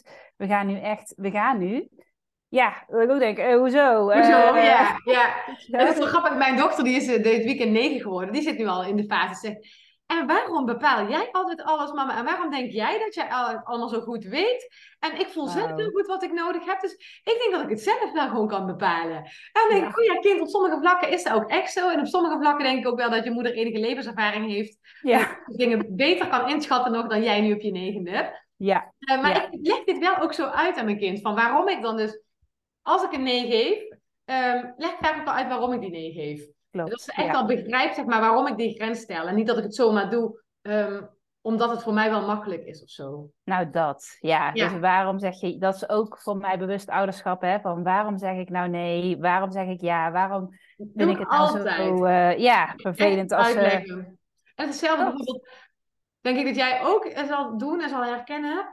we gaan nu. Ja, dat ik ook denk, hoezo? Hoezo? Ja, ja. Het Ja, is wel grappig. Mijn dochter, die is dit weekend 9 geworden. Die zit nu al in de fase. Zegt, en waarom bepaal jij altijd alles, mama? En waarom denk jij dat jij het allemaal zo goed weet? En ik voel zelf heel wauw. goed wat ik nodig heb. Dus ik denk dat ik het zelf wel gewoon kan bepalen. En dan denk ik, Ja, oh ja, kind, op sommige vlakken is dat ook echt zo. En op sommige vlakken denk ik ook wel dat je moeder enige levenservaring heeft. ja, Dingen beter kan inschatten nog dan jij nu op je negende. ja, Maar ja, ik leg dit wel ook zo uit aan mijn kind. Van waarom ik dan dus als ik een nee geef, leg ik graag ook al uit waarom ik die nee geef. Dat ze klopt. echt al Ja. begrijpt, zeg maar, waarom ik die grens stel. En niet dat ik het zomaar doe, omdat het voor mij wel makkelijk is of zo. Nou, dat. Ja, dus Ja, waarom zeg je... Dat is ook voor mij bewust ouderschap, hè. Van waarom zeg ik nou nee? Waarom zeg ik ja? Waarom vind doe ik ik het nou zo altijd. ja, Echt vervelend als ze... uitleggen. En hetzelfde Klopt, bijvoorbeeld, denk ik dat jij ook zal doen en zal herkennen.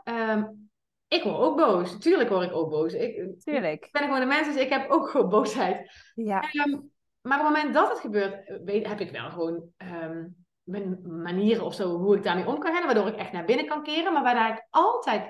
Ik word ook boos. Tuurlijk word ik ook boos. Ik tuurlijk. ben gewoon een mens, dus ik heb ook gewoon boosheid. Ja, Ehm, maar op het moment dat het gebeurt, heb ik wel gewoon mijn manieren of zo hoe ik daarmee om kan gaan. Waardoor ik echt naar binnen kan keren. Maar waardoor ik altijd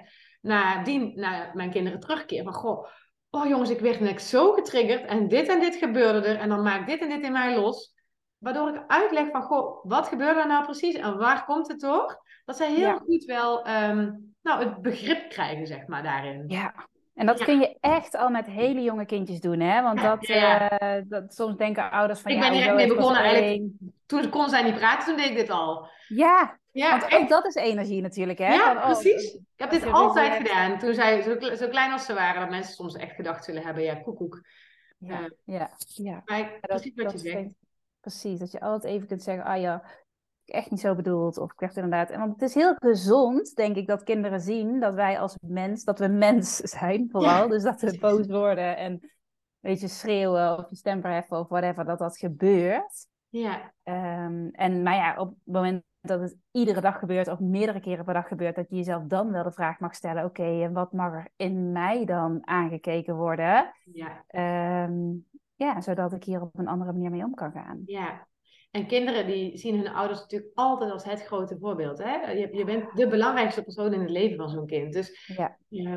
naar mijn kinderen terugkeer. Van goh, oh jongens, ik werd net zo getriggerd. En dit gebeurde er. En dan maakt dit en dit in mij los. Waardoor ik uitleg van goh, wat gebeurde er nou precies? En waar komt het door? Dat zij heel ja, goed wel nou, het begrip krijgen, zeg maar, daarin. ja. En dat Ja, kun je echt al met hele jonge kindjes doen, hè. Want ja, ja, ja. soms denken ouders van, Ik ja, ben direct hoezo, hij mee is pas begonnen eigenlijk. 1. Toen kon zij niet praten, toen deed ik dit al. Ja, Ja, want ook echt. dat is energie natuurlijk, hè. Ja, Van, oh, precies. Ik heb als dit je ruzie altijd hebt. gedaan. Toen zij zo klein als ze waren, dat mensen soms echt gedacht zullen hebben, ja, koekoek. Ja, ja, ja. Ja, Precies wat je dat zegt. vind ik precies. Dat je altijd even kunt zeggen, ah ja, ik echt niet zo bedoeld. Of ik werd inderdaad. En want het is heel gezond, denk ik, dat kinderen zien dat wij als mens, dat we mens zijn vooral. Ja, Dus dat we precies. boos worden en weet je, schreeuwen of je stem verheffen of whatever, dat dat gebeurt. Ja, Maar ja, op het moment dat het iedere dag gebeurt of meerdere keren per dag gebeurt, dat je jezelf dan wel de vraag mag stellen, oké, en wat mag er in mij dan aangekeken worden? ja, Ehm, ja, zodat ik hier op een andere manier mee om kan gaan. ja. En kinderen die zien hun ouders natuurlijk altijd als het grote voorbeeld. Hè? Je bent de belangrijkste persoon in het leven van zo'n kind. Dus Ja,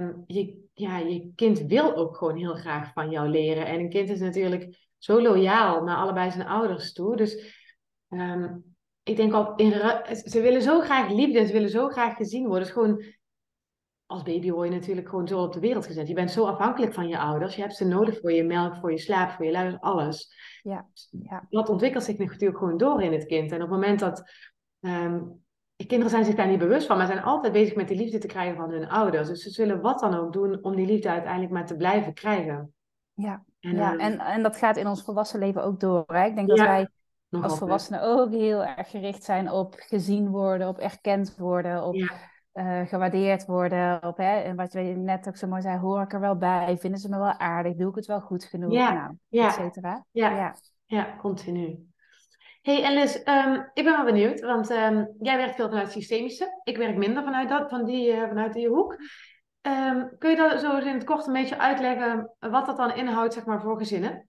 je kind wil ook gewoon heel graag van jou leren. En een kind is natuurlijk zo loyaal naar allebei zijn ouders toe. Dus ehm, ik denk al, ze willen zo graag liefde, ze willen zo graag gezien worden. Dus gewoon, als baby word je natuurlijk gewoon zo op de wereld gezet. Je bent zo afhankelijk van je ouders. Je hebt ze nodig voor je melk, voor je slaap, voor je luier, alles. ja, ja, Dat ontwikkelt zich natuurlijk gewoon door in het kind. En op het moment dat kinderen zijn zich daar niet bewust van, maar zijn altijd bezig met die liefde te krijgen van hun ouders. Dus ze zullen wat dan ook doen om die liefde uiteindelijk maar te blijven krijgen. Ja, En ja. En dat gaat in ons volwassen leven ook door. Hè? Ik denk dat ja, wij nog als altijd. volwassenen ook heel erg gericht zijn op gezien worden, op erkend worden, op Ja, gewaardeerd worden. Op, hè, en wat je net ook zo mooi zei, hoor ik er wel bij? Vinden ze me wel aardig? Doe ik het wel goed genoeg? ja, Nou, et ja, cetera. ja, Ja. ja, continu. Hey, en Liz, ik ben wel benieuwd, want jij werkt veel vanuit systemische. Ik werk minder vanuit, vanuit die hoek. Kun je dat zo in het kort een beetje uitleggen wat dat dan inhoudt, zeg maar, voor gezinnen?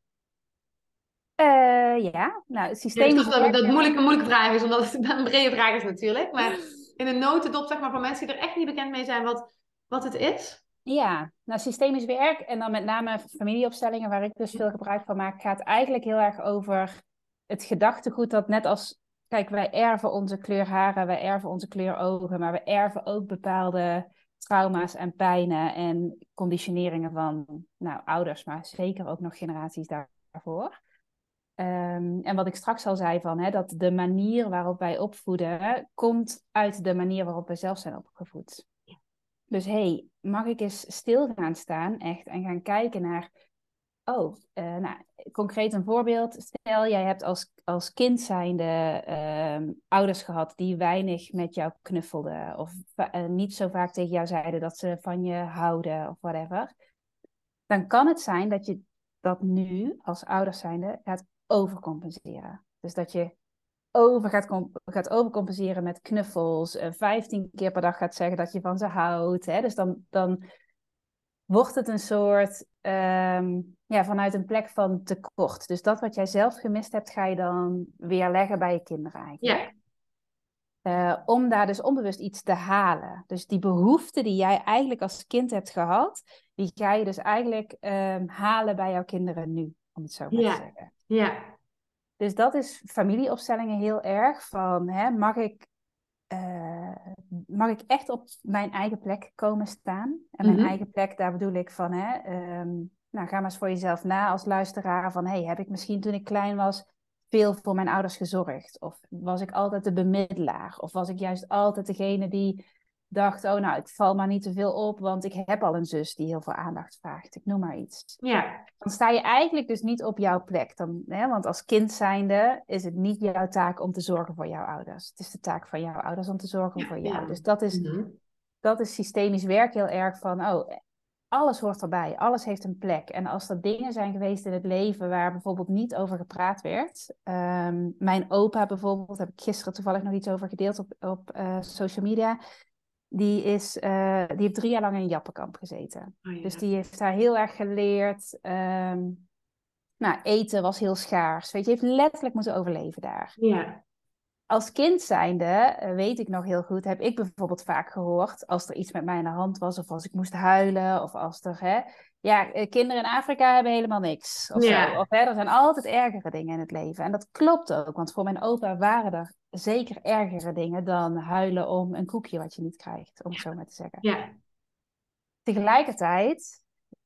Ja, nou, Ja, ik snap systemisch dat werken. een moeilijke vraag is, omdat het een brede vraag is natuurlijk. Maar in een notendop, zeg maar, voor mensen die er echt niet bekend mee zijn wat het is. Ja, nou, systemisch werk en dan met name familieopstellingen, waar ik dus veel gebruik van maak, gaat eigenlijk heel erg over het gedachtegoed dat net als, kijk, wij erven onze kleur haren, wij erven onze kleur ogen, maar we erven ook bepaalde trauma's en pijnen en conditioneringen van, nou, ouders, maar zeker ook nog generaties daarvoor. En wat ik straks al zei van, hè, dat de manier waarop wij opvoeden, komt uit de manier waarop wij zelf zijn opgevoed. Dus hey, mag ik eens stil gaan staan echt en gaan kijken naar, nou, concreet een voorbeeld. Stel, jij hebt als kind zijnde ouders gehad die weinig met jou knuffelden of niet zo vaak tegen jou zeiden dat ze van je houden of whatever. Dan kan het zijn dat je dat nu als ouders zijnde gaat overcompenseren. Dus dat je gaat overcompenseren met knuffels, 15 keer per dag gaat zeggen dat je van ze houdt. Hè? Dus dan wordt het een soort, vanuit een plek van tekort. Dus dat wat jij zelf gemist hebt, ga je dan weer leggen bij je kinderen Ja, eigenlijk. Om daar dus onbewust iets te halen. Dus die behoefte die jij eigenlijk als kind hebt gehad, die ga je dus eigenlijk halen bij jouw kinderen nu, om het zo maar te ja, zeggen. ja. Dus dat is familieopstellingen heel erg van, hè, mag ik echt op mijn eigen plek komen staan? En mijn Mhm. eigen plek, daar bedoel ik van, hè, nou, ga maar eens voor jezelf na als luisteraar van, hey, heb ik misschien toen ik klein was veel voor mijn ouders gezorgd? Of was ik altijd de bemiddelaar? Of was ik juist altijd degene die dacht, oh nou, ik val maar niet te veel op, want ik heb al een zus die heel veel aandacht vraagt. Ik noem maar iets. Ja, Dan sta je eigenlijk dus niet op jouw plek. Want als kind zijnde is het niet jouw taak om te zorgen voor jouw ouders. Het is de taak van jouw ouders om te zorgen ja, voor jou. ja. Dus Mhm. dat is systemisch werk heel erg van, alles hoort erbij. Alles heeft een plek. En als er dingen zijn geweest in het leven waar bijvoorbeeld niet over gepraat werd. Mijn opa bijvoorbeeld, heb ik gisteren toevallig nog iets over gedeeld op social media. Die heeft 3 jaar lang in een jappenkamp gezeten. Oh Dus ja. die heeft daar heel erg geleerd. Nou, eten was heel schaars. Weet je, heeft letterlijk moeten overleven daar. Ja, Als kind zijnde, weet ik nog heel goed, heb ik bijvoorbeeld vaak gehoord, als er iets met mij aan de hand was, of als ik moest huilen, of als er, hè, ja, kinderen in Afrika hebben helemaal niks, of zo. ja, Of hè, er zijn altijd ergere dingen in het leven. En dat klopt ook, want voor mijn opa waren er zeker ergere dingen dan huilen om een koekje wat je niet krijgt, om het zo maar te zeggen. ja, Tegelijkertijd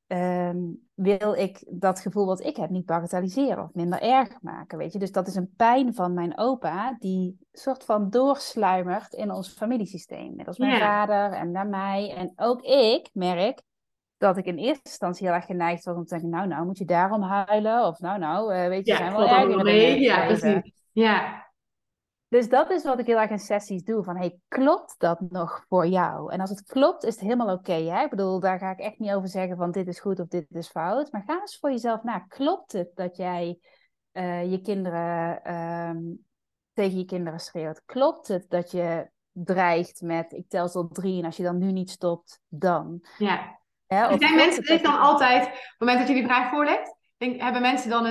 wil ik dat gevoel wat ik heb niet bagatelliseren of minder erg maken, weet je. Dus dat is een pijn van mijn opa die soort van doorsluimert in ons familiesysteem. Middels mijn ja, vader en naar mij. En ook ik merk dat ik in eerste instantie heel erg geneigd was om te denken, nou, moet je daarom huilen? Of weet je, er ja, zijn het wel valt allemaal wel ergere dingen in mee. het Ja, leven. precies. Ja, Dus dat is wat ik heel erg in sessies doe. Van, hey, klopt dat nog voor jou? En als het klopt, is het helemaal oké. Ik bedoel, daar ga ik echt niet over zeggen van dit is goed of dit is fout. Maar ga eens voor jezelf na. Klopt het dat jij je kinderen tegen je kinderen schreeuwt? Klopt het dat je dreigt met ik tel tot 3 en als je dan nu niet stopt, dan? ja. Hè? Ik Of denk klopt mensen het zich dat dan je... altijd, op het moment dat je die vraag voorlegt, hebben mensen dan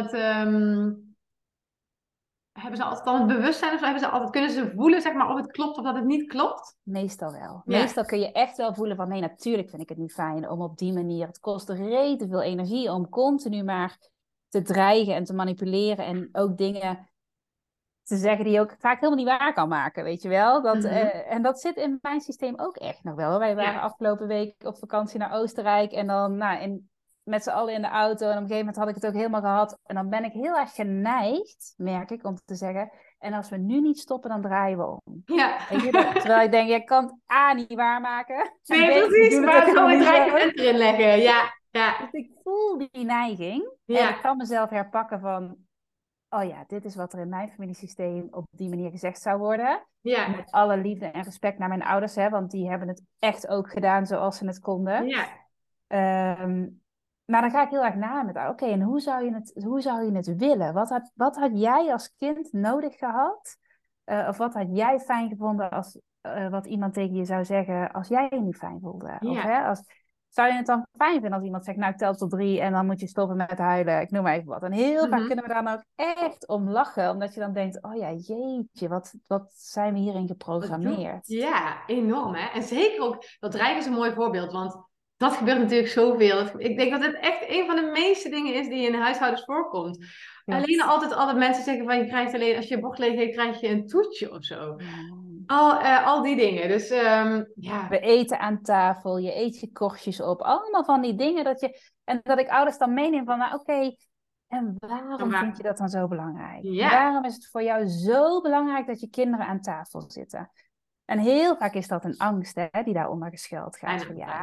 hebben ze altijd dan het bewustzijn of zo? Hebben ze altijd, kunnen ze voelen, zeg maar, of het klopt of dat het niet klopt? Meestal wel. Ja, Meestal kun je echt wel voelen van nee, natuurlijk vind ik het niet fijn om op die manier. Het kost rete veel energie om continu maar te dreigen en te manipuleren en ook dingen te zeggen die je ook vaak helemaal niet waar kan maken, weet je wel. mhm. En dat zit in mijn systeem ook echt nog wel. Wij waren Ja, afgelopen week op vakantie naar Oostenrijk en dan nou, met z'n allen in de auto. En op een gegeven moment had ik het ook helemaal gehad. En dan ben ik heel erg geneigd, merk ik, om te zeggen... En als we nu niet stoppen, dan draaien we om. Ja. Weet je, terwijl ik denk, je kan het A niet waarmaken. En B, Nee, ik precies. doe het ook Maar zo helemaal het niet rijke zo. vent erin leggen. Ja, Dus ja, ik voel die neiging. En ik ja, kan mezelf herpakken van... Oh ja, dit is wat er in mijn familiesysteem op die manier gezegd zou worden. ja, Met alle liefde en respect naar mijn ouders. Hè, want die hebben het echt ook gedaan zoals ze het konden. ja. Ehm, maar dan ga ik heel erg na met... Oké, en hoe zou je het willen? Wat had jij als kind nodig gehad? Of wat had jij fijn gevonden als wat iemand tegen je zou zeggen als jij je niet fijn voelde? Of Ja. hè, zou je het dan fijn vinden als iemand zegt, nou ik tel tot 3 en dan moet je stoppen met huilen. Ik noem maar even wat. En heel vaak Mhm. kunnen we daar dan ook echt om lachen. Omdat je dan denkt, oh ja, jeetje, wat zijn we hierin geprogrammeerd? Ja, enorm hè. En zeker ook, dat Rijk is een mooi voorbeeld, want dat gebeurt natuurlijk zoveel. Ik denk dat het echt een van de meeste dingen is die in huishoudens voorkomt. Alleen Klopt. altijd mensen zeggen van je krijgt alleen, als je je bord leeg eet, krijg je een toetje of zo. Ja. Al die dingen. Dus ja. We eten aan tafel, je eet je korstjes op. Allemaal van die dingen En dat ik ouders dan meeneem van, nou oké, en waarom vind je dat dan zo belangrijk? Ja, Waarom is het voor jou zo belangrijk dat je kinderen aan tafel zitten? En heel vaak is dat een angst hè, die daaronder geschuild gaat. Van bijna. ja,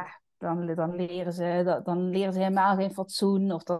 dan leren ze helemaal geen fatsoen. Of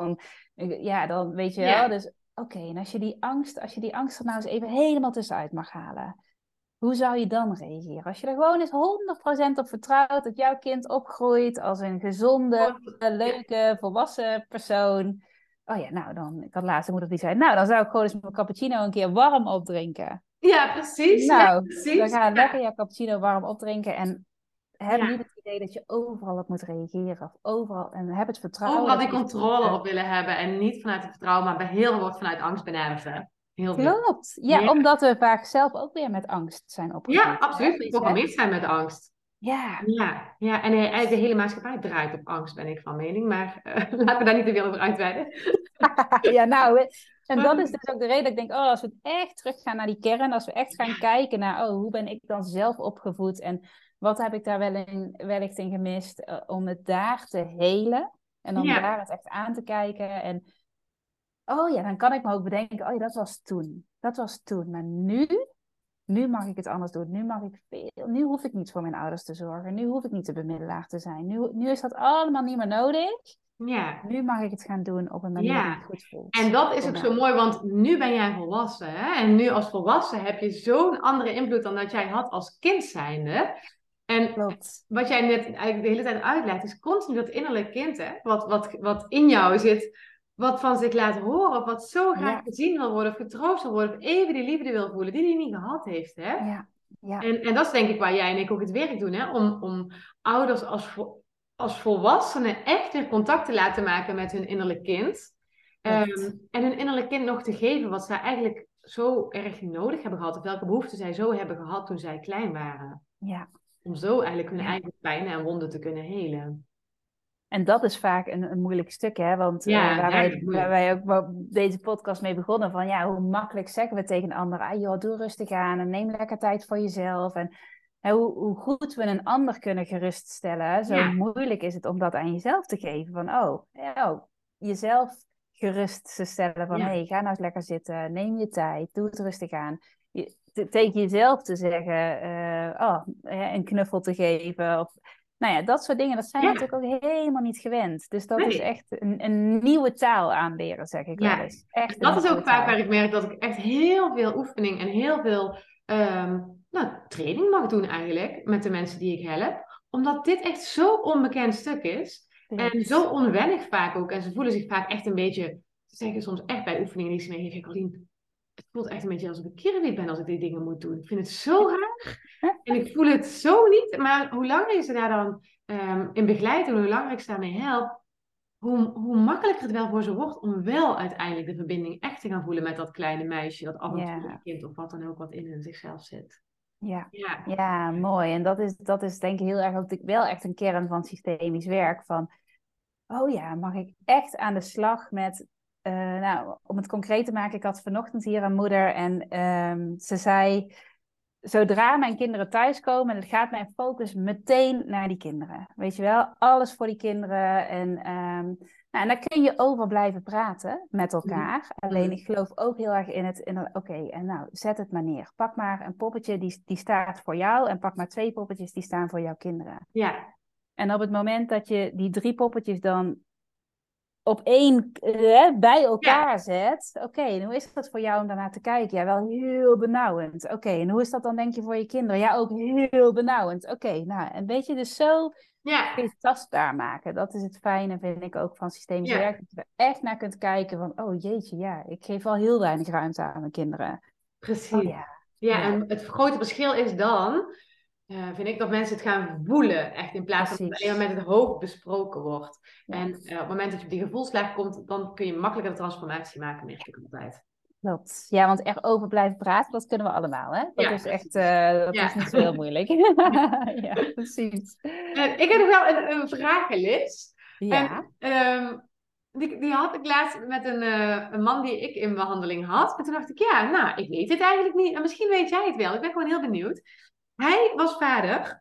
dan weet je wel. Ja, Dus oké, en als je die angst er nou eens even helemaal tussenuit mag halen. Hoe zou je dan reageren? Als je er gewoon eens 100% op vertrouwt dat jouw kind opgroeit als een gezonde, ja, leuke, volwassen persoon. Oh ja, nou dan, ik had laatst een moeder die zei, nou dan zou ik gewoon eens mijn cappuccino een keer warm opdrinken. ja, precies. Ja, Nou, dan precies. ga lekker Ja, je cappuccino warm opdrinken en heb niet ja. het idee dat je overal op moet reageren. Of overal, en heb het vertrouwen Overal dat die je controle op willen hebben en niet vanuit het vertrouwen, maar bij heel veel wordt vanuit angst benaderd. Hè. Heel veel. klopt. Ja, Ja, omdat we vaak zelf ook weer met angst zijn ja, opgevoed. Hè? absoluut. Weet je? Geprogrammeerd zijn met angst. Ja. Ja, ja. En eigenlijk de hele maatschappij draait op angst, ben ik van mening. Maar laten we daar niet te veel over uitweiden. Ja, nou, en dat is dus ook de reden dat ik denk, oh, als we echt teruggaan naar die kern, als we echt gaan kijken naar, oh, hoe ben ik dan zelf opgevoed en wat heb ik daar wellicht in gemist, om het daar te helen en dan Ja, daar het echt aan te kijken. En, oh ja, dan kan ik me ook bedenken, oh ja, dat was toen. Dat was toen. Maar nu mag ik het anders doen. Nu hoef ik niet voor mijn ouders te zorgen. Nu hoef ik niet de bemiddelaar te zijn. Nu is dat allemaal niet meer nodig. ja. Nu mag ik het gaan doen op een manier die Ja, goed en voelt dat is voor ook zo mij. mooi, want nu ben jij volwassen. Hè? En nu als volwassen heb je zo'n andere invloed dan dat jij had als kind zijnde. En Klopt. wat jij net eigenlijk de hele tijd uitlegt, is continu dat innerlijke kind, hè? Wat in jou zit, wat van zich laat horen, of wat zo graag Ja, gezien wil worden, of getroost wil worden, of even die liefde wil voelen, die hij niet gehad heeft. Hè? ja, ja, En dat is denk ik waar jij en ik ook het werk doen, hè? Om ouders als volwassenen echt weer contact te laten maken met hun innerlijk kind. klopt. En hun innerlijk kind nog te geven wat zij eigenlijk zo erg nodig hebben gehad. Of welke behoeften zij zo hebben gehad toen zij klein waren. Ja, Om zo eigenlijk hun ja. eigen pijnen en wonden te kunnen helen. En dat is vaak een moeilijk stuk, hè? Want Ja, waar daar is het waar moeilijk. wij ook deze podcast mee begonnen, van ja, hoe makkelijk zeggen we tegen een ander, ah joh, doe rustig aan en neem lekker tijd voor jezelf. En hoe goed we een ander kunnen geruststellen, zo Ja, moeilijk is het om dat aan jezelf te geven. Van jezelf gerust te stellen van ja. hé, ga nou eens lekker zitten, neem je tijd, doe het rustig aan. Tegen jezelf te zeggen, een knuffel te geven. Of, nou ja, dat soort dingen, dat zijn we Ja, natuurlijk ook helemaal niet gewend. Dus dat is nee. echt een nieuwe taal aanleren, zeg ik wel Ja, eens. Echt een dat is nieuwe ook vaak waar taal. ik merk dat ik echt heel veel oefening en heel veel training mag doen eigenlijk met de mensen die ik help. Omdat dit echt zo'n onbekend stuk is. En zo Klopt. onwennig vaak ook. En ze voelen zich vaak echt een beetje, ze zeggen soms echt bij oefeningen die ze meegeven, Carlien, het voelt echt een beetje alsof ik kirrewiet ben als ik die dingen moet doen. Ik vind het zo raar. En ik voel het zo niet. Maar hoe langer je ze daar dan in begeleidt en hoe langer ik ze daarmee help, hoe makkelijker het wel voor ze wordt om wel uiteindelijk de verbinding echt te gaan voelen met dat kleine meisje, dat avontuurlijke Ja, kind of wat dan ook wat in hun zichzelf zit. ja. Ja, Ja, mooi. En dat is denk ik heel erg ook wel echt een kern van systemisch werk. Van, oh ja, mag ik echt aan de slag met... nou, om het concreet te maken, ik had vanochtend hier een moeder en ze zei... Zodra mijn kinderen thuiskomen, dan gaat mijn focus meteen naar die kinderen. Weet je wel, alles voor die kinderen. En Nou, en daar kun je over blijven praten met Mhm. elkaar. Alleen Mhm. ik geloof ook heel erg oké, en nou, zet het maar neer. Pak maar een poppetje die staat voor jou en pak maar 2 poppetjes die staan voor jouw kinderen. Ja, En op het moment dat je die 3 poppetjes dan op één bij ja, elkaar zet. Oké, en hoe is dat voor jou om daarnaar te kijken? Ja, wel heel benauwend. Oké, en hoe is dat dan denk je voor je kinderen? Ja, ook heel benauwend. Oké, nou, een beetje dus zo kun je ja, het tastbaar maken. Dat is het fijne, vind ik ook, van systemisch ja, werk. Dat je er echt naar kunt kijken van, oh jeetje, ja, ik geef al heel weinig ruimte aan mijn kinderen. Oh precies. ja, Ja, ja, en het grote verschil is dan, vind ik, dat mensen het gaan voelen. Echt in plaats van dat het alleen precies. maar met het hoofd besproken wordt. Ja. En op het moment dat je op die gevoelslaag komt, dan kun je makkelijker de transformatie maken, merk ik altijd. Klopt. Ja, want erover blijven praten, dat kunnen we allemaal, hè? Dat Ja, is echt, precies. dat is Ja. niet zo heel moeilijk. Ja, precies. Ik heb nog wel een vragenlist. Ja. En die had ik laatst met een man die ik in behandeling had. En toen dacht ik, ja, nou, ik weet het eigenlijk niet. En misschien weet jij het wel. Ik ben gewoon heel benieuwd. Hij was vader.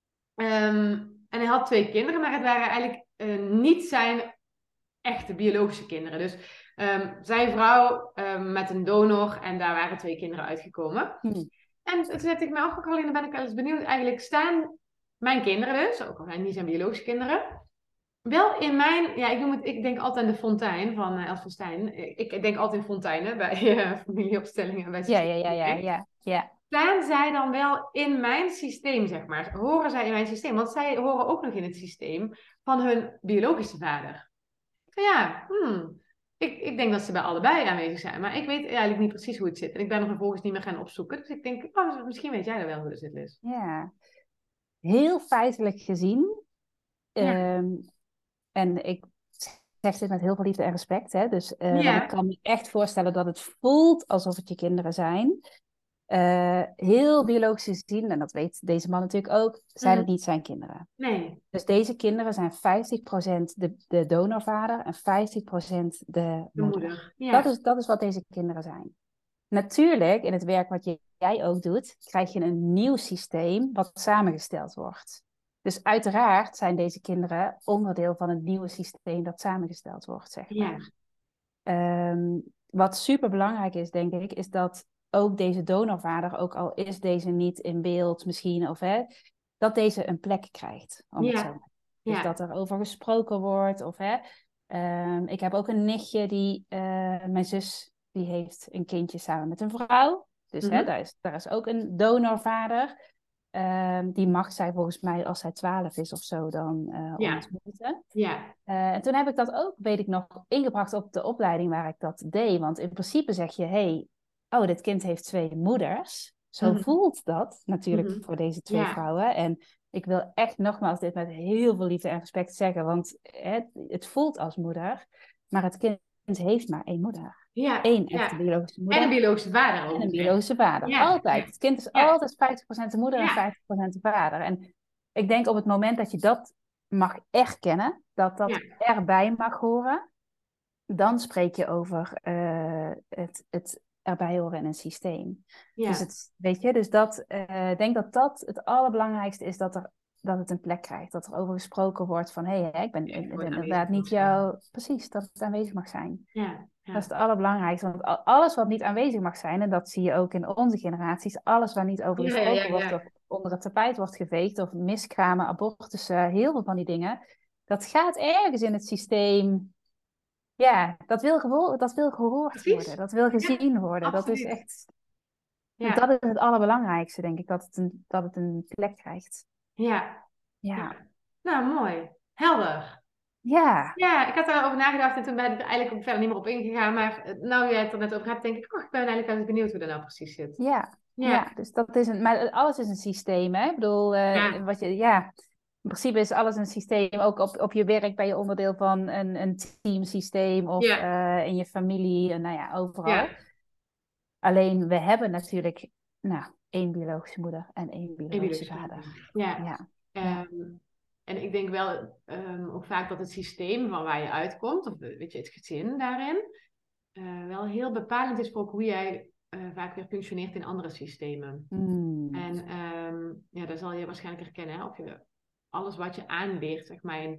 En hij had 2 kinderen, maar het waren eigenlijk niet zijn echte biologische kinderen. Dus zijn vrouw met een donor en daar waren 2 kinderen uitgekomen. Hm. En toen zette ik me af, Caroline, dan ben ik wel eens benieuwd. Eigenlijk staan mijn kinderen dus, ook al zijn het niet zijn biologische kinderen, wel in mijn, ja, ik denk altijd aan de fontein van Els van Stijn. Ik denk altijd in fonteinen bij familieopstellingen en bij Ja, ja, ja, systeem. ja, ja, ja. Staan zij dan wel in mijn systeem, zeg maar? Horen zij in mijn systeem? Want zij horen ook nog in het systeem van hun biologische vader. Ja, ik denk dat ze bij allebei aanwezig zijn. Maar ik weet eigenlijk niet precies hoe het zit. En ik ben er vervolgens niet meer gaan opzoeken. Dus ik denk, oh, misschien weet jij er wel hoe het zit, Liz. Ja. Heel feitelijk gezien, Ja, ehm, en ik zeg dit met heel veel liefde en respect, hè, dus, want ik ja, kan me echt voorstellen dat het voelt alsof het je kinderen zijn. Heel biologisch gezien, en dat weet deze man natuurlijk ook, zijn mm, het niet zijn kinderen. nee, Dus deze kinderen zijn 50% de donorvader en 50% de de moeder. moeder. Ja, Dat is wat deze kinderen zijn. Natuurlijk, in het werk wat jij ook doet, krijg je een nieuw systeem wat samengesteld wordt. Dus uiteraard zijn deze kinderen onderdeel van het nieuwe systeem dat samengesteld wordt, zeg ja, maar. Wat super belangrijk is, denk ik, is dat ook deze donorvader, ook al is deze niet in beeld misschien, of hè, dat deze een plek krijgt, om het zo ja, maar. Dus ja. dat er over gesproken wordt, of hè. Ik heb ook een nichtje die, mijn zus, die heeft een kindje samen met een vrouw. Dus hè, Mhm. daar is ook een donorvader. Die mag zij volgens mij, als zij 12 is of zo, dan Ja, ontmoeten. ja. En toen heb ik dat ook, weet ik nog, ingebracht op de opleiding waar ik dat deed. Want in principe zeg je, hey, oh, dit kind heeft 2 moeders. Zo Mhm. voelt dat natuurlijk Mhm. voor deze 2 Ja, vrouwen. En ik wil echt nogmaals dit met heel veel liefde en respect zeggen, want het voelt als moeder, maar het kind heeft maar 1 moeder. ja, 1 echte ja. biologische En een moeder biologische vader en ook een nog eens. biologische vader. Ja, Altijd. ja, Het kind is ja, altijd 50% de moeder en ja. 50% de vader. En ik denk op het moment dat je dat mag erkennen, dat Ja, dat erbij mag horen, dan spreek je over het erbij horen in een systeem. Dus ja. het, weet je, dus dat, ik denk dat dat het allerbelangrijkste is dat het een plek krijgt. Dat er over gesproken wordt van, hé, ik ben Echt gewoon aanwezig inderdaad niet mag zijn. jouw, precies, dat het aanwezig mag zijn. Ja, Dat is ja. het allerbelangrijkste. Want alles wat niet aanwezig mag zijn, en dat zie je ook in onze generaties, alles waar niet over Ja, ja, ja, gesproken wordt, of ja. onder het tapijt wordt geveegd, of miskramen, abortussen, heel veel van die dingen, dat gaat ergens in het systeem. Ja, dat wil gehoord worden, Precies. dat wil Ja, gezien worden. Dat is absoluut. echt, dat Ja, is het allerbelangrijkste, denk ik, dat het een plek krijgt. ja, Ja, ja. Nou, mooi. Helder. ja, Ja, ik had daarover nagedacht en toen ben ik er eigenlijk ook verder niet meer op ingegaan. Maar nou jij het er net over hebt, denk ik, oh, ik ben eigenlijk wel eens benieuwd hoe dat nou precies zit. ja, ja. Ja, Dus dat is maar alles is een systeem, hè? Ik bedoel, ja, in principe is alles een systeem. Ook op je werk ben je onderdeel van een teamsysteem of ja, in je familie, nou ja, ja. overal. Alleen we hebben natuurlijk, nou, 1 biologische moeder en 1 En biologische biologische vader. vader. Ja. Ja, ja. Ehm, en ik denk wel ook vaak dat het systeem van waar je uitkomt, of weet je, het gezin daarin, wel heel bepalend is voor ook hoe jij vaak weer functioneert in andere systemen. Mm. En ja, dat zal je waarschijnlijk herkennen, hè? Of je alles wat je aanleert, zeg maar,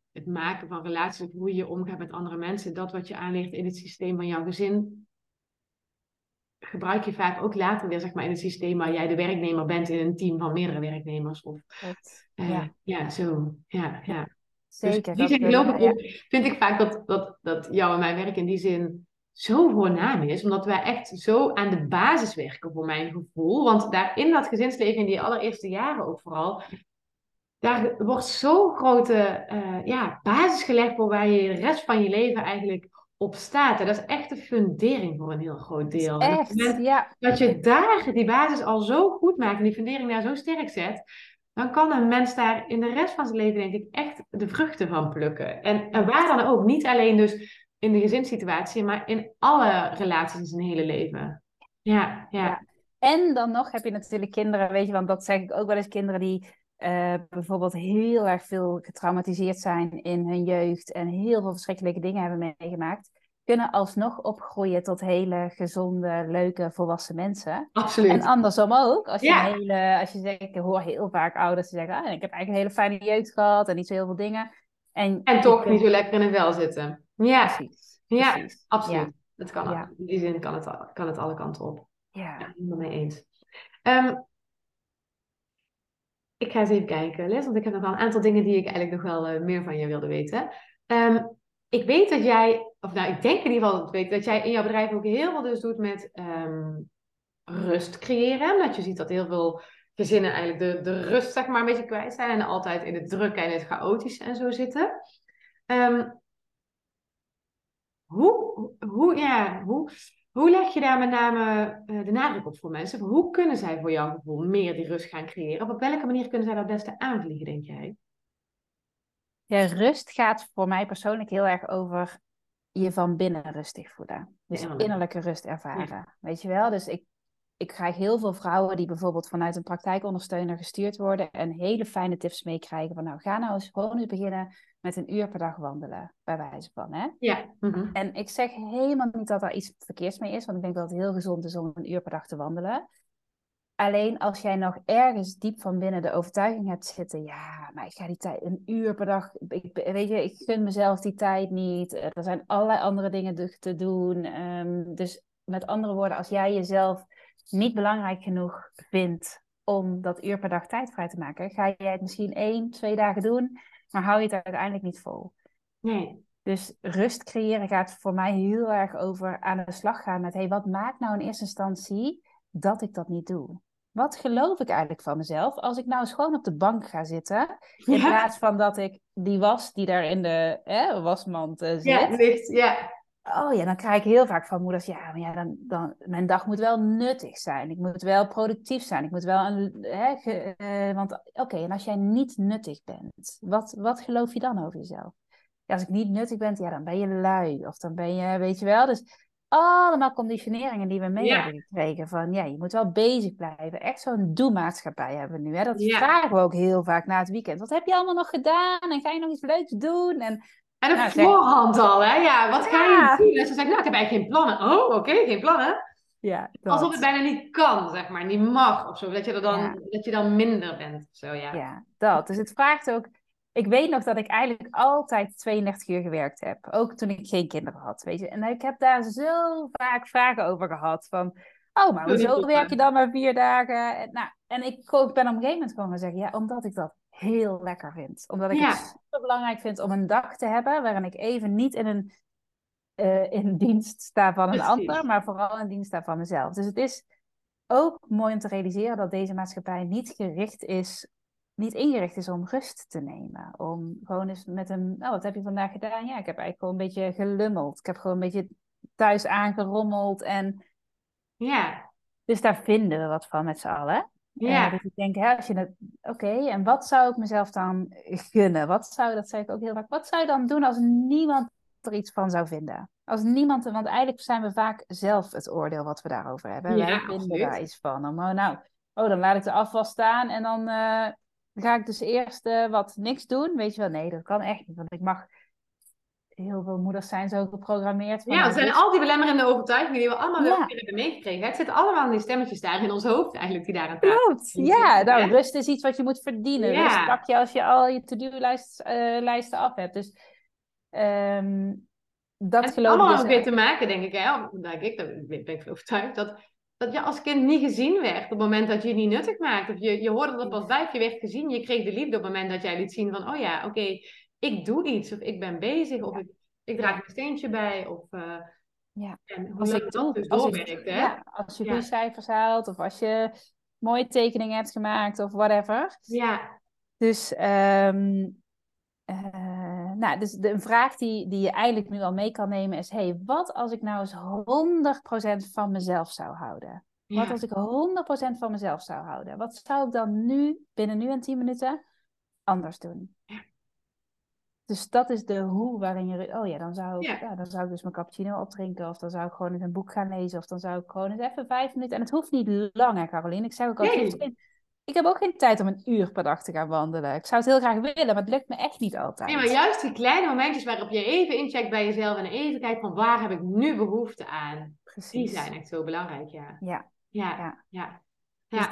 het maken van relaties, of hoe je omgaat met andere mensen, dat wat je aanleert in het systeem van jouw gezin, gebruik je vaak ook later weer, zeg maar, in het systeem waar jij de werknemer bent in een team van meerdere werknemers. Of Klopt. Ja, ja, zo. Ja, ja, ja. Dus in zeker. die zin Dat, geloof ik ja, ook, vind ik vaak dat jouw en mijn werk in die zin zo voornaam is. Omdat wij echt zo aan de basis werken, voor mijn gevoel. Want daar in dat gezinsleven, in die allereerste jaren ook vooral, daar wordt zo'n grote basis gelegd voor waar je de rest van je leven eigenlijk op staat. En dat is echt de fundering voor een heel groot is deel. En op het echt, moment ja, dat je daar die basis al zo goed maakt en die fundering daar zo sterk zet, dan kan een mens daar in de rest van zijn leven, denk ik, echt de vruchten van plukken. En waar dan ook, niet alleen dus in de gezinssituatie, maar in alle relaties in zijn hele leven. Ja, ja. ja. En dan nog heb je natuurlijk kinderen, weet je, want dat zeg ik ook wel eens, kinderen die bijvoorbeeld heel erg veel getraumatiseerd zijn in hun jeugd en heel veel verschrikkelijke dingen hebben meegemaakt, kunnen alsnog opgroeien tot hele gezonde, leuke, volwassen mensen. En Absoluut. andersom ook, als je Ja. als je zegt, ik hoor heel vaak ouders die zeggen, ah, ik heb eigenlijk een hele fijne jeugd gehad en niet zo heel veel dingen. En En je toch niet kunt, zo lekker in het vel zitten. Ja, precies, ja, precies, absoluut. ja, Dat kan ook. ja, In die zin kan het alle kanten op. Ja, ja. helemaal mee eens. Ehm, ik ga eens even kijken, Les, want ik heb nog wel een aantal dingen die ik eigenlijk nog wel meer van je wilde weten. Ehm, ik weet dat jij, of nou, ik denk in ieder geval dat ik weet, dat jij in jouw bedrijf ook heel veel dus doet met rust creëren. Dat je ziet dat heel veel gezinnen eigenlijk de rust, zeg maar, een beetje kwijt zijn en altijd in het drukke en het chaotische en zo zitten. Ehm, hoe leg je daar met name de nadruk op voor mensen? Hoe kunnen zij voor jouw gevoel meer die rust gaan creëren? Op welke manier kunnen zij dat beste aanvliegen, denk jij? Ja, rust gaat voor mij persoonlijk heel erg over je van binnen rustig voelen. Ja, Dus innerlijk. innerlijke rust Ja. ervaren. Weet je wel? Dus ik krijg heel veel vrouwen die bijvoorbeeld vanuit een praktijkondersteuner gestuurd worden en hele fijne tips meekrijgen van nou, ga nou eens gewoon eens beginnen met 1 uur per dag wandelen, bij wijze van. Hè? Ja. Mhm. En ik zeg helemaal niet dat daar iets verkeerds mee is, want ik denk dat het heel gezond is om 1 uur per dag te wandelen. Alleen als jij nog ergens diep van binnen de overtuiging hebt zitten, ja, maar ik ga die tijd 1 uur per dag, weet je, ik gun mezelf die tijd niet. Er zijn allerlei andere dingen te doen. Dus met andere woorden, als jij jezelf niet belangrijk genoeg vindt om dat uur per dag tijd vrij te maken, ga jij het misschien 1, 2 dagen doen, maar hou je het uiteindelijk niet vol. Nee. Dus rust creëren gaat voor mij heel erg over aan de slag gaan met, hey, wat maakt nou in eerste instantie dat ik dat niet doe? Wat geloof ik eigenlijk van mezelf als ik nou eens gewoon op de bank ga zitten, in Ja. plaats van dat ik die was die daar in de wasmand Ja, zit. licht. Ja. Oh ja, dan krijg ik heel vaak van moeders, ja, maar ja, mijn dag moet wel nuttig zijn. Ik moet wel productief zijn. Ik moet wel want oké, en als jij niet nuttig bent, wat geloof je dan over jezelf? Ja, als ik niet nuttig ben, ja, dan ben je lui. Of dan ben je, weet je wel. Dus allemaal conditioneringen die we mee Ja. hebben gekregen. Van ja, je moet wel bezig blijven. Echt zo'n doe-maatschappij hebben we nu. Hè? Dat Ja. vragen we ook heel vaak na het weekend. Wat heb je allemaal nog gedaan? En ga je nog iets leuks doen? En En op nou, zeg voorhand al, hè? Ja, wat ga je ja. doen? En ze zegt, nou, ik heb eigenlijk geen plannen. Oh, oké, geen plannen. Ja, Alsof het dat. bijna niet kan, zeg maar, niet mag of zo. Ja, Dat je dan minder bent of zo, ja. ja, dat. Dus het vraagt ook. Ik weet nog dat ik eigenlijk altijd 32 uur gewerkt heb. Ook toen ik geen kinderen had, weet je. En ik heb daar zo vaak vragen over gehad. Van, oh, maar Doe niet hoezo werk je plannen. dan maar 4 dagen? En, nou, en ik ben op een gegeven moment gewoon gaan zeggen... Ja, omdat ik dat heel lekker vind. Omdat ik het Ja, super belangrijk vind om een dag te hebben... waarin ik even niet in dienst sta van een ander... precies. maar vooral in dienst sta van mezelf. Dus het is ook mooi om te realiseren dat deze maatschappij niet ingericht is om rust te nemen. Om gewoon eens met een, nou, wat heb je vandaag gedaan? Ja, ik heb eigenlijk gewoon een beetje gelummeld. Ik heb gewoon een beetje thuis aangerommeld. En Ja, dus daar vinden we wat van met z'n allen. ja, Dus ik denk, hè, als je het, oké, en wat zou ik mezelf dan gunnen? Dat zei ik ook heel vaak, wat zou je dan doen als niemand er iets van zou vinden? Als niemand, want eigenlijk zijn we vaak zelf het oordeel wat we daarover hebben. Wij ja, vinden daar absoluut. iets van. Dan laat ik de afwas staan en dan ga ik dus eerst wat niks doen. Weet je wel, nee, dat kan echt niet. Want ik mag heel veel moeders zijn zo geprogrammeerd van, Ja, nou, het zijn dit. al die belemmerende overtuigingen die we allemaal wel Ja, hebben meegekregen. Het zitten allemaal in die stemmetjes daar in ons hoofd eigenlijk die daar aan tafel klopt. Ja, zitten. nou, Hè? rust is iets wat je moet verdienen. Rust Ja, pak je als je al je to-do-lijsten af hebt. Dus ehm, en dat het heeft geloof ik allemaal dus. ook weer te maken, denk ik, hè? Daar ben ik van overtuigd, dat je als kind niet gezien werd op het moment dat je het niet nuttig maakte. Of je hoorde er pas bij, of je werd gezien, je kreeg de liefde op het moment dat jij liet zien van, oh ja, oké, ik doe iets, of ik ben bezig, of Ja, ik draag ja, een steentje bij, of ja. en hoe Als lang ik dat doe, dus doorwerkt, hè? als je goede Ja, cijfers haalt, of als je mooie tekeningen hebt gemaakt, of whatever. ja, Dus, nou, dus een vraag die je eigenlijk nu al mee kan nemen is: hey, wat als ik nou eens 100% van mezelf zou houden? Wat ja, als ik 100% van mezelf zou houden? Wat zou ik dan binnen nu en 10 minuten, anders doen? Dus dat is de hoe waarin je... Oh ja, ja. dan zou ik dus mijn cappuccino opdrinken. Of dan zou ik gewoon eens een boek gaan lezen. Of dan zou ik gewoon eens even 5 minuten... En het hoeft niet lang, hè, Caroline. Ik zeg ook al, Nee. ik heb ook geen tijd om een uur per dag te gaan wandelen. Ik zou het heel graag willen, maar het lukt me echt niet Nee, maar altijd. juist die kleine momentjes waarop je even incheckt bij jezelf en even kijkt van waar heb ik nu behoefte aan, die zijn Precies. echt zo belangrijk, ja. Ja, Ja, ja. ja, Dus ja.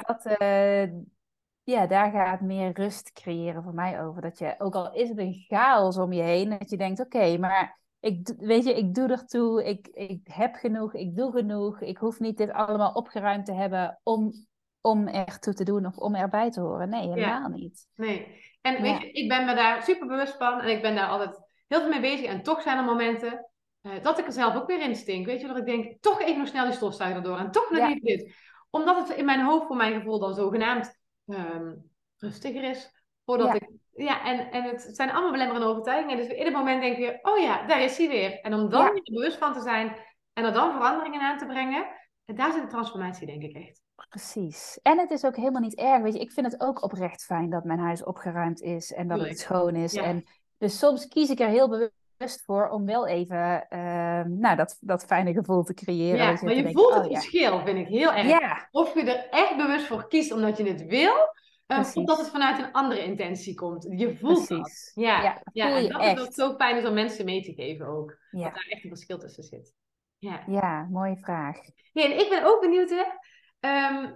ja, daar gaat meer rust creëren voor mij over. Dat je, ook al is het een chaos om je heen, dat je denkt, oké, maar weet je, ik doe ertoe, ik heb genoeg, ik doe genoeg. Ik hoef niet dit allemaal opgeruimd te hebben om ertoe te doen of om erbij te horen. Nee, Ja. helemaal niet. Nee. En weet Ja, je, ik ben me daar super bewust van en ik ben daar altijd heel veel mee bezig. En toch zijn er momenten dat ik er zelf ook weer in stink. Weet je, dat ik denk, toch even nog snel die stofzuiger erdoor en toch nog ja, even dit. Omdat het in mijn hoofd voor mijn gevoel dan zogenaamd ehm, rustiger is. Voordat ja, ik, ja, en het zijn allemaal belemmerende overtuigingen. Dus in het moment denk je, oh ja, daar is hij weer. En om dan ja. weer bewust van te zijn en er dan veranderingen aan te brengen. En daar zit de transformatie, denk ik echt. Precies. En het is ook helemaal niet erg. Weet je, ik vind het ook oprecht fijn dat mijn huis opgeruimd is en dat het Tuurlijk. schoon is. Ja. En dus soms kies ik er heel bewust voor om wel even nou, dat fijne gevoel te creëren. Ja, Dat je maar te je denken, voelt het oh ja, verschil, vind ik heel erg. ja, Of je er echt bewust voor kiest omdat je het wil, of dat het precies. vanuit een andere intentie komt. Je voelt dat. Precies. Ja, Ja, dat ja, voel en je dat is wat echt. zo fijn is om mensen mee te geven ook. Dat Ja, daar echt een verschil tussen zit. Ja. ja, mooie vraag. Hey, en ik ben ook benieuwd, hè. Ehm,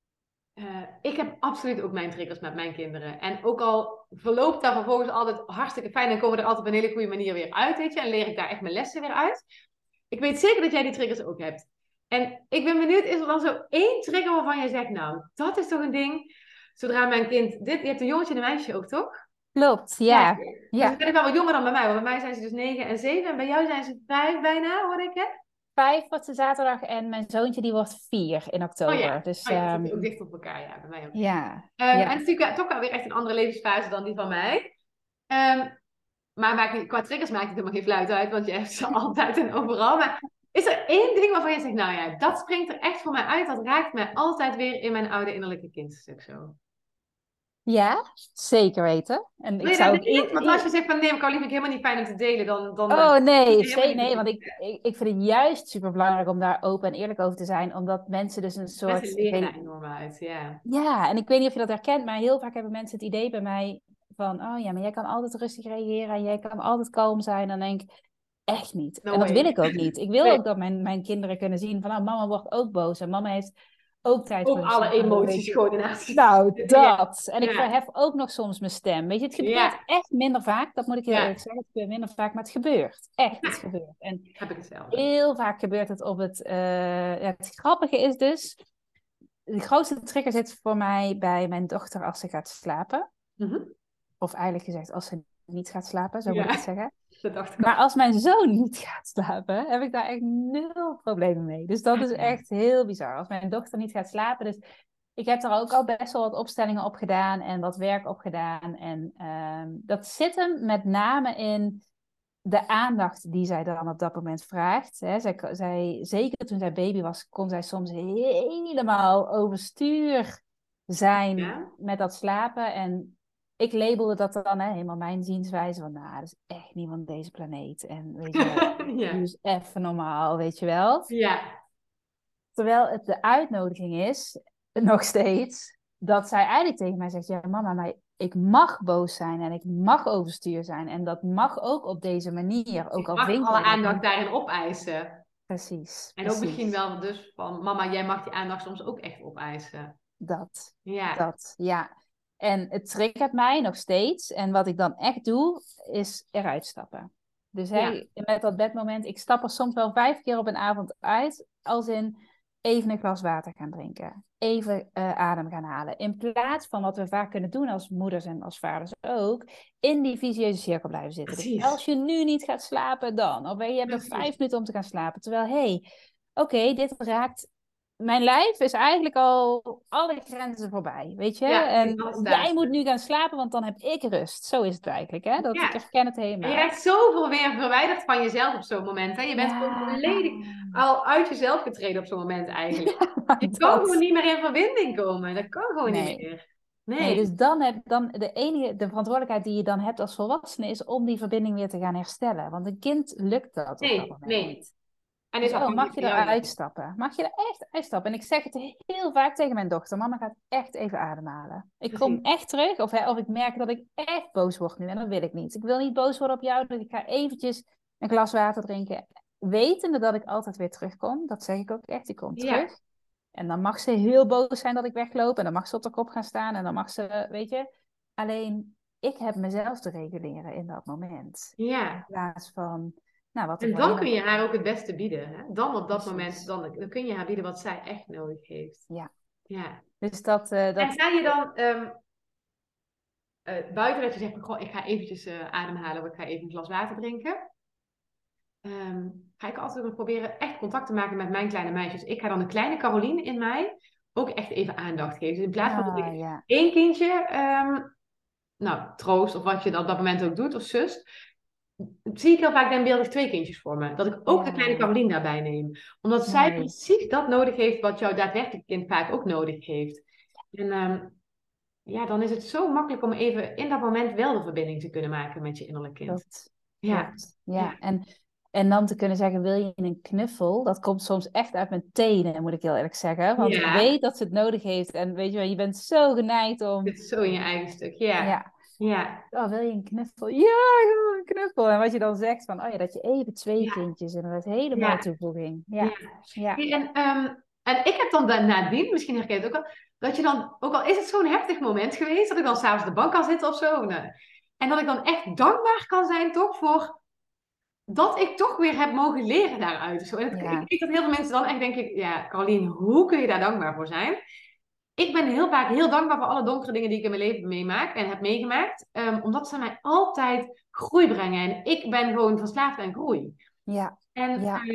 ik heb absoluut ook mijn triggers met mijn kinderen. En ook al verloopt daar vervolgens altijd hartstikke fijn en komen we er altijd op een hele goede manier weer uit, weet je. En leer ik daar echt mijn lessen weer uit. Ik weet zeker dat jij die triggers ook hebt. En ik ben benieuwd, is er dan zo één trigger waarvan jij zegt, nou, dat is toch een ding. Zodra mijn kind, je hebt een jongetje en een meisje ook, toch? Klopt, Ja. ja. Dus dan Ja. ben ik wel wat jonger dan bij mij. Want bij mij zijn ze dus 9 en 7. En bij jou zijn ze 5 bijna, hoor ik, hè? 5 wordt de zaterdag en mijn zoontje die wordt 4 in Oh oktober. ja. Dus Oh ja, het zit ook dicht op elkaar. Ja, bij mij ook. ja, En het ja. is natuurlijk toch wel weer echt een andere levensfase dan die van mij. Maar qua triggers maakt het helemaal geen fluit uit, want je hebt ze altijd en overal. Maar is er één ding waarvan je zegt, nou ja, dat springt er echt voor mij uit. Dat raakt mij altijd weer in mijn oude innerlijke kindstuk zo. Ja, zeker weten. En Wil ik je daar zou ook... delen? Want als je zegt van nee, maar Carlie vind ik helemaal niet fijn om te delen, dan Oh is nee, het helemaal niet nee, want bedoeld. ik vind het juist super belangrijk om daar open en eerlijk over te zijn, omdat mensen dus een Mensen soort leren daar enorm uit, ja. ja, en ik weet niet of je dat herkent, maar heel vaak hebben mensen het idee bij mij van, oh ja, maar jij kan altijd rustig reageren en jij kan altijd kalm zijn. Dan denk ik, echt niet. No En dat wil way. ik ook niet. Ik wil Nee, ook dat mijn kinderen kunnen zien van, oh, mama wordt ook boos en mama heeft ook tijd ook voor alle zichzelf. emoties gewoon ernaast Nou, gezet. Ja, dat. En ik ja, verhef ook nog soms mijn stem. Weet je, het gebeurt ja, echt minder vaak. Dat moet ik heel ja. eerlijk zeggen. Het gebeurt minder vaak, maar het gebeurt. Echt, het Ja, gebeurt. En heb ik hetzelfde. heel vaak gebeurt het op het... ja, het grappige is dus... De grootste trigger zit voor mij bij mijn dochter als ze gaat slapen. Mhm. Of eigenlijk gezegd, als ze niet gaat slapen, zo moet ik het Ja, zeggen. dat dacht ik Maar al. als mijn zoon niet gaat slapen, heb ik daar echt nul problemen mee. Dus dat is echt heel bizar. Als mijn dochter niet gaat slapen. Dus ik heb er ook al best wel wat opstellingen op gedaan en wat werk op gedaan. En dat zit hem met name in de aandacht die zij dan op dat moment vraagt. Hè. Zeker toen zij baby was, kon zij soms helemaal overstuur zijn Ja? met dat slapen. En ik labelde dat dan helemaal mijn zienswijze van, nou, dat is echt niet van deze planeet. En weet je, doe Ja. eens even normaal, weet je wel. Ja. Terwijl het de uitnodiging is, nog steeds, dat zij eigenlijk tegen mij zegt, ja mama, maar ik mag boos zijn en ik mag overstuur zijn. En dat mag ook op deze manier. Ook Ik al mag vind alle je dat aandacht niet. daarin opeisen. Precies, En ook misschien precies. wel dus van, mama, jij mag die aandacht soms ook echt opeisen. Dat, Ja, dat, ja. En het triggert mij nog steeds. En wat ik dan echt doe, is eruit stappen. Dus ja, met dat bedmoment, ik stap er soms wel 5 keer op een avond uit. Als in even een glas water gaan drinken. Even adem gaan halen. In plaats van wat we vaak kunnen doen als moeders en als vaders ook. In die visieuze cirkel blijven zitten. Dus precies. als je nu niet gaat slapen dan. Of je hebt nog Precies. 5 minuten om te gaan slapen. Terwijl, oké, dit raakt mijn lijf is eigenlijk al alle grenzen voorbij, weet je? Ja, die En alles jij staat. moet nu gaan slapen, want dan heb ik rust. Zo is het eigenlijk, hè? Ik Ja. herken het En je helemaal. raakt zoveel weer verwijderd van jezelf op zo'n moment. Hè? Je bent gewoon Ja, volledig al uit jezelf getreden op zo'n moment eigenlijk. maar Je kan gewoon dat. niet meer in verbinding komen. Dat kan gewoon niet Nee. meer. Nee, Nee, dus dan de verantwoordelijkheid die je dan hebt als volwassene is om die verbinding weer te gaan herstellen. Want een kind lukt dat op dat nee, moment nee. niet. En is Dus afhankelijk mag je van jou, denk eruit ik. stappen? Mag je er echt uitstappen? En ik zeg het heel vaak tegen mijn dochter. Mama gaat echt even ademhalen. Ik kom Precies. echt terug. Of ik merk dat ik echt boos word nu. En dat wil ik niet. Ik wil niet boos worden op jou. Dus ik ga eventjes een glas water drinken. Wetende dat ik altijd weer terugkom. Dat zeg ik ook echt. Ik kom Ja, terug. En dan mag ze heel boos zijn dat ik wegloop. En dan mag ze op de kop gaan staan. En dan mag ze, weet je. Alleen, ik heb mezelf te reguleren in dat moment. In ja. plaats van, nou, wat er En dan voorheen kun nog je haar ook het beste bieden. Hè? Dan op dat moment, precies. dan kun je haar bieden wat zij echt nodig heeft. Ja. Ja. Dus dat, En dat ga je dan buiten dat je zegt, goh, ik ga eventjes ademhalen of ik ga even een glas water drinken. Ga ik altijd nog proberen echt contact te maken met mijn kleine meisjes. Ik ga dan de kleine Caroline in mij ook echt even aandacht geven. Dus in plaats van dat ik ja, één kindje nou, troost of wat je op dat moment ook doet, of zus, zie ik heel vaak denkbeeldig twee kindjes voor me. Dat ik ook de kleine ja, Caroline daarbij neem. Omdat zij mooi. precies dat nodig heeft wat jouw daadwerkelijk kind vaak ook nodig heeft. En ja, dan is het zo makkelijk om even in dat moment wel de verbinding te kunnen maken met je innerlijk kind. Klopt, Ja, klopt. Ja, ja, en dan te kunnen zeggen, wil je een knuffel? Dat komt soms echt uit mijn tenen, moet ik heel eerlijk zeggen. Want ik ja. weet dat ze het nodig heeft. En weet je wel, je bent zo geneigd Het om... is zo in je eigen stuk. Ja, Ja, ja, oh, wil je een knuffel? Ja, ik wil een knuffel. En wat je dan zegt van, oh ja, dat je even twee ja, kindjes... En dat is een hele mooie ja, toevoeging. ja. Ja, ja, Hey, en ik heb dan nadien, misschien herken je het ook wel, dat je dan, ook al is het zo'n heftig moment geweest, dat ik dan s'avonds op de bank kan zitten of zo. En dat ik dan echt dankbaar kan zijn toch voor dat ik toch weer heb mogen leren daaruit. Of zo. En ik ja, weet dat heel veel mensen dan echt denken, ja, Caroline, hoe kun je daar dankbaar voor zijn? Ik ben heel vaak heel dankbaar voor alle donkere dingen die ik in mijn leven meemaak en heb meegemaakt. Omdat ze mij altijd groei brengen. En ik ben gewoon verslaafd aan groei. ja, En ja,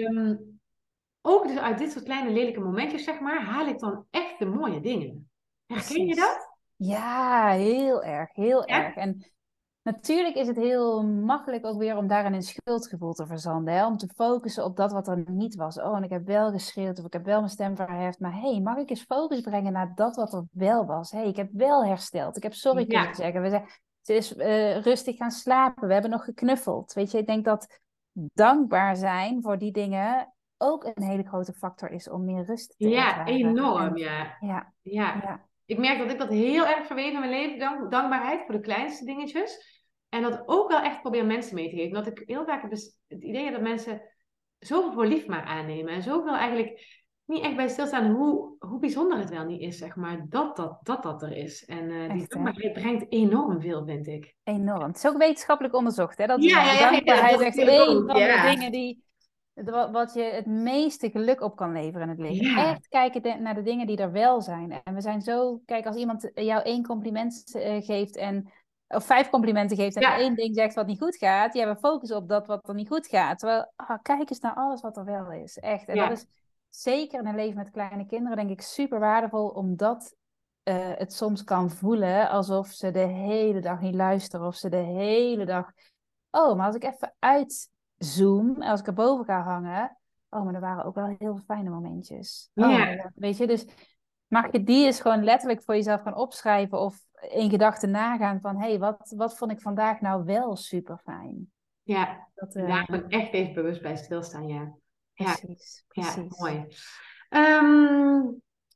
ook dus uit dit soort kleine lelijke momentjes, zeg maar, haal ik dan echt de mooie dingen. Herken je precies. dat? Ja, heel erg, heel erg. Ja? En natuurlijk is het heel makkelijk ook weer om daarin een schuldgevoel te verzanden. Hè? Om te focussen op dat wat er niet was. Oh, en ik heb wel geschreeuwd of ik heb wel mijn stem verheft. Maar hey, mag ik eens focus brengen naar dat wat er wel was? Hey, ik heb wel hersteld. Ik heb sorry kunnen Ja. zeggen. Ze is rustig gaan slapen. We hebben nog geknuffeld. Weet je, ik denk dat dankbaar zijn voor die dingen ook een hele grote factor is om meer rust te Ja, ervaren. enorm, En ja. ja, Ja. ja, Ik merk dat ik dat heel erg verweef in mijn leven, dankbaarheid voor de kleinste dingetjes. En dat ook wel echt probeer mensen mee te geven. Dat ik heel vaak het idee heb dat mensen zoveel voor lief maar aannemen. En zoveel eigenlijk niet echt bij stilstaan hoe bijzonder het wel niet is, zeg maar, dat er is. En die echt hè. dankbaarheid brengt enorm veel, vind ik. Enorm. Het is ook wetenschappelijk onderzocht, hè? Dat Ja, ja, ja, ja, dankbaarheid dat echt natuurlijk een ook. van de Ja. dingen die, wat je het meeste geluk op kan leveren in het leven. Ja. Echt kijken naar de dingen die er wel zijn. En we zijn zo, kijk, als iemand jou één compliment geeft of 5 complimenten geeft en Ja. één ding zegt wat niet goed gaat, ja, we focussen op dat wat er niet goed gaat. Terwijl, kijk eens naar alles wat er wel is. Echt. En dat Ja. is zeker in een leven met kleine kinderen, denk ik, super waardevol, omdat het soms kan voelen alsof ze de hele dag niet luisteren. Of ze de hele dag. Oh, maar als ik even uitzoom, als ik erboven ga hangen. Oh, maar er waren ook wel heel fijne momentjes. Oh, Ja. weet je, dus mag je die eens gewoon letterlijk voor jezelf gaan opschrijven. Of in gedachten nagaan van, hé, wat vond ik vandaag nou wel super fijn? Ja. Dat, En daar ben ik echt even bewust bij stilstaan, ja. Ja. precies, Ja, precies. mooi. Ehm,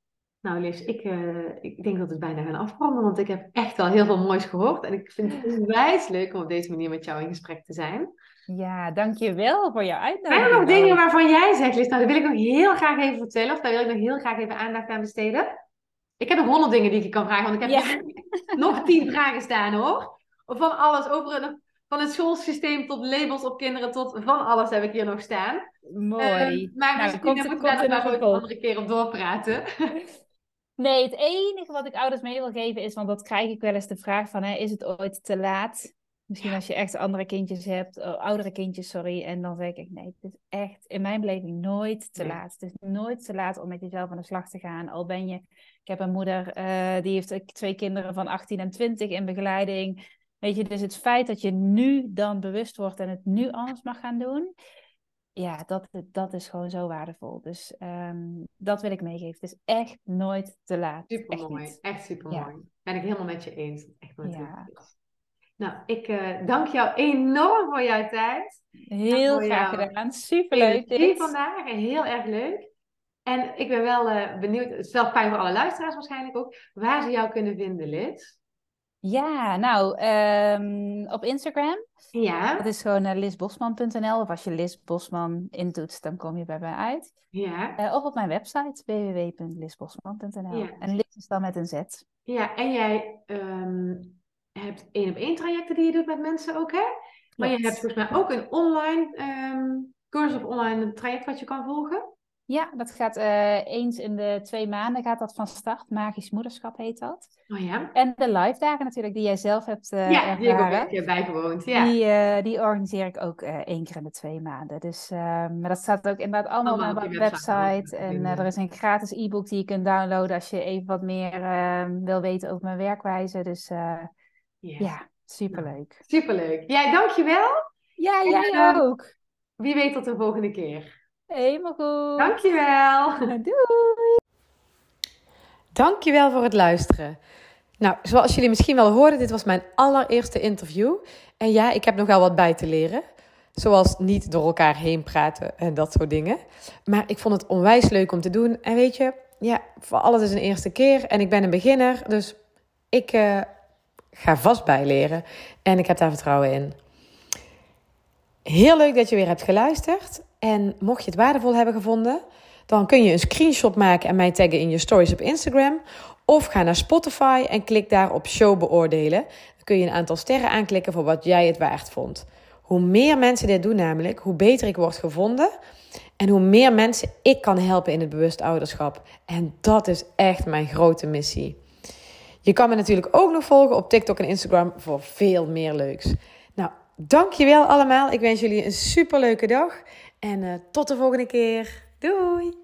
Nou, Liz, ik denk dat we het bijna gaan afronden, want ik heb echt wel heel veel moois gehoord. En ik vind het onwijs leuk om op deze manier met jou in gesprek te zijn. Ja, dankjewel voor jouw Zijn er nog uitnodiging dingen ook. waarvan jij zegt, Liz, nou, dat wil ik nog heel graag even vertellen, of daar wil ik nog heel graag even aandacht aan besteden? Ik heb nog 100 dingen die ik je kan vragen, want ik heb Ja, hier nog 10 vragen staan, hoor. Van alles, van het schoolsysteem tot labels op kinderen, tot van alles heb ik hier nog staan. mooi. Maar Nou, misschien moeten we daar komt nog in een maar ooit een vervolg. andere keer op doorpraten. Nee, het enige wat ik ouders mee wil geven is, want dat krijg ik wel eens de vraag van, is het ooit te laat? Misschien als je echt andere kindjes hebt, oudere kindjes, sorry. En dan zeg ik, nee, het is echt in mijn beleving nooit te Nee. laat. Het is nooit te laat om met jezelf aan de slag te gaan. Al ben je, ik heb een moeder, die heeft 2 kinderen van 18 en 20 in begeleiding. Weet je, dus het feit dat je nu dan bewust wordt en het nu anders mag gaan doen, ja, dat is gewoon zo waardevol. Dus dat wil ik meegeven. Het is echt nooit te laat. Echt Supermooi, niet. echt supermooi. Ja, Ben ik helemaal met je eens. Echt nooit te ja. laat is. Nou, ik dank jou enorm voor jouw tijd en Heel voor graag jouw gedaan. Superleuk energie dit. vandaag. Heel erg leuk. En ik ben wel benieuwd, het is wel fijn voor alle luisteraars waarschijnlijk ook, waar ze jou kunnen vinden, Liz. Ja, nou, op Instagram. Dat Ja, is gewoon lisbosman.nl. Of als je Lis Bosman intoetst, dan kom je bij mij uit. ja, Of op mijn website www.lisbosman.nl. ja. En Lis is dan met een Z. Ja, en jij hebt 1-op-1 trajecten die je doet met mensen ook, hè? Maar je hebt Klopt. volgens mij ook een online cursus of online traject wat je kan volgen. Ja, dat gaat eens in de 2 maanden gaat dat van start. Magisch moederschap heet dat. Oh ja. En de live dagen natuurlijk, die jij zelf hebt Ja, die heb ik ook een ervaren. keer bijgewoond. Ja, Die organiseer ik ook 1 keer in de 2 maanden. Dus, maar dat staat ook inderdaad allemaal op allemaal op mijn je website ook website. te En er vinden. is een gratis e-book die je kunt downloaden als je even wat meer wil weten over mijn werkwijze. Dus Yes. ja, Nou, superleuk. superleuk. Jij, dankjewel. Ja, En jij ook. wie weet tot de volgende keer. Helemaal goed. Dankjewel. Doei. Dankjewel voor het luisteren. Nou, zoals jullie misschien wel hoorden, dit was mijn allereerste interview. En ja, ik heb nog wel wat bij te leren. Zoals niet door elkaar heen praten en dat soort dingen. Maar ik vond het onwijs leuk om te doen. En weet je, ja, voor alles is een eerste keer. En ik ben een beginner, dus ik ga vast bijleren. En ik heb daar vertrouwen in. Heel leuk dat je weer hebt geluisterd. En mocht je het waardevol hebben gevonden, dan kun je een screenshot maken en mij taggen in je stories op Instagram. Of ga naar Spotify en klik daar op show beoordelen. Dan kun je een aantal sterren aanklikken voor wat jij het waard vond. Hoe meer mensen dit doen namelijk, hoe beter ik word gevonden. En hoe meer mensen ik kan helpen in het bewust ouderschap. En dat is echt mijn grote missie. Je kan me natuurlijk ook nog volgen op TikTok en Instagram voor veel meer leuks. Nou, dankjewel allemaal. Ik wens jullie een superleuke dag. En tot de volgende keer. Doei!